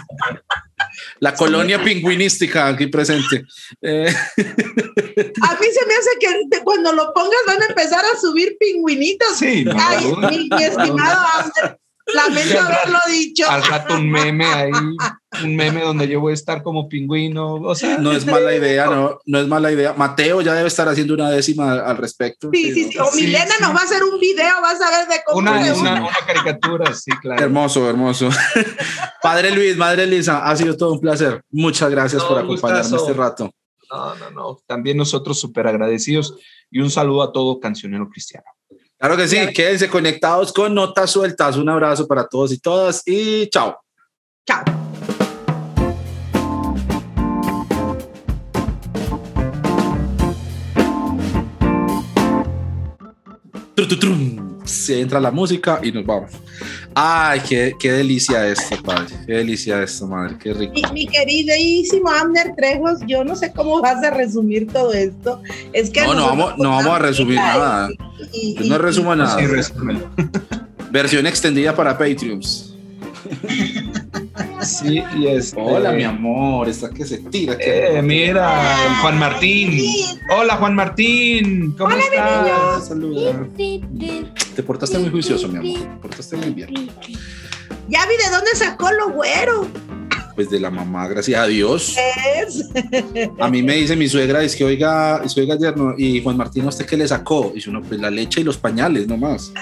la colonia pingüinística aquí presente. Eh. A mí se me hace que cuando lo pongas van a empezar a subir pingüinitos. Sí, no, Ay, no, mi, mi estimado Ander, lamento haberlo dicho. Al rato un meme ahí, un meme donde yo voy a estar como pingüino. O sea, no es mala idea, no, no es mala idea. Mateo ya debe estar haciendo una décima al respecto. Sí, sí, sí. O sí, Milena sí. nos va a hacer un video, vas a ver de cómo una, se una, una caricatura, sí, claro. Hermoso, hermoso. Padre Luis, Madre Elisa, ha sido todo un placer. Muchas gracias no, por acompañarme gustazo. este rato. No, no, no. También nosotros súper agradecidos y un saludo a todo cancionero cristiano. Claro que sí, Bien. Quédense conectados con Notas Sueltas. Un abrazo para todos y todas y chao. Chao. Se entra la música y nos vamos. Ay, qué, qué delicia esto, padre. Qué delicia esto, madre. Qué rico. Mi, mi queridísimo Abner Trejos, yo no sé cómo vas a resumir todo esto. Es que no, no vamos, no vamos a resumir nada. Y, y, yo no resumo y, nada. Sí, versión extendida para Patreons. Sí, y es. Hola, mi amor, está que se tira. Eh, mira, el Juan Martín. Hola, Juan Martín. ¿Cómo Hola, estás? Saluda. Te portaste muy juicioso, mi amor. Te portaste muy bien. Ya vi de dónde sacó lo güero. Pues de la mamá, gracias a Dios. Es. A mí me dice mi suegra, es que oiga, oiga yerno, y Juan Martín, ¿a usted qué le sacó? Y uno, pues la leche y los pañales, nomás.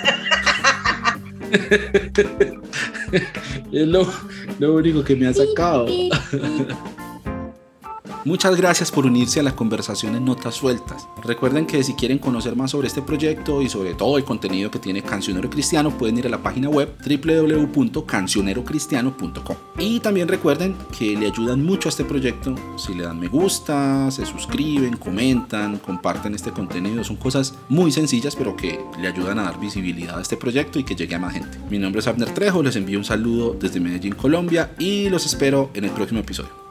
Es lo, lo único que me ha sacado. Muchas gracias por unirse a la conversación en Notas Sueltas. Recuerden que si quieren conocer más sobre este proyecto y sobre todo el contenido que tiene Cancionero Cristiano, pueden ir a la página web doble u doble u doble u punto cancionero cristiano punto com. Y también recuerden que le ayudan mucho a este proyecto si le dan me gusta, se suscriben, comentan, comparten este contenido. Son cosas muy sencillas pero que le ayudan a dar visibilidad a este proyecto y que llegue a más gente. Mi nombre es Abner Trejo, les envío un saludo desde Medellín, Colombia y los espero en el próximo episodio.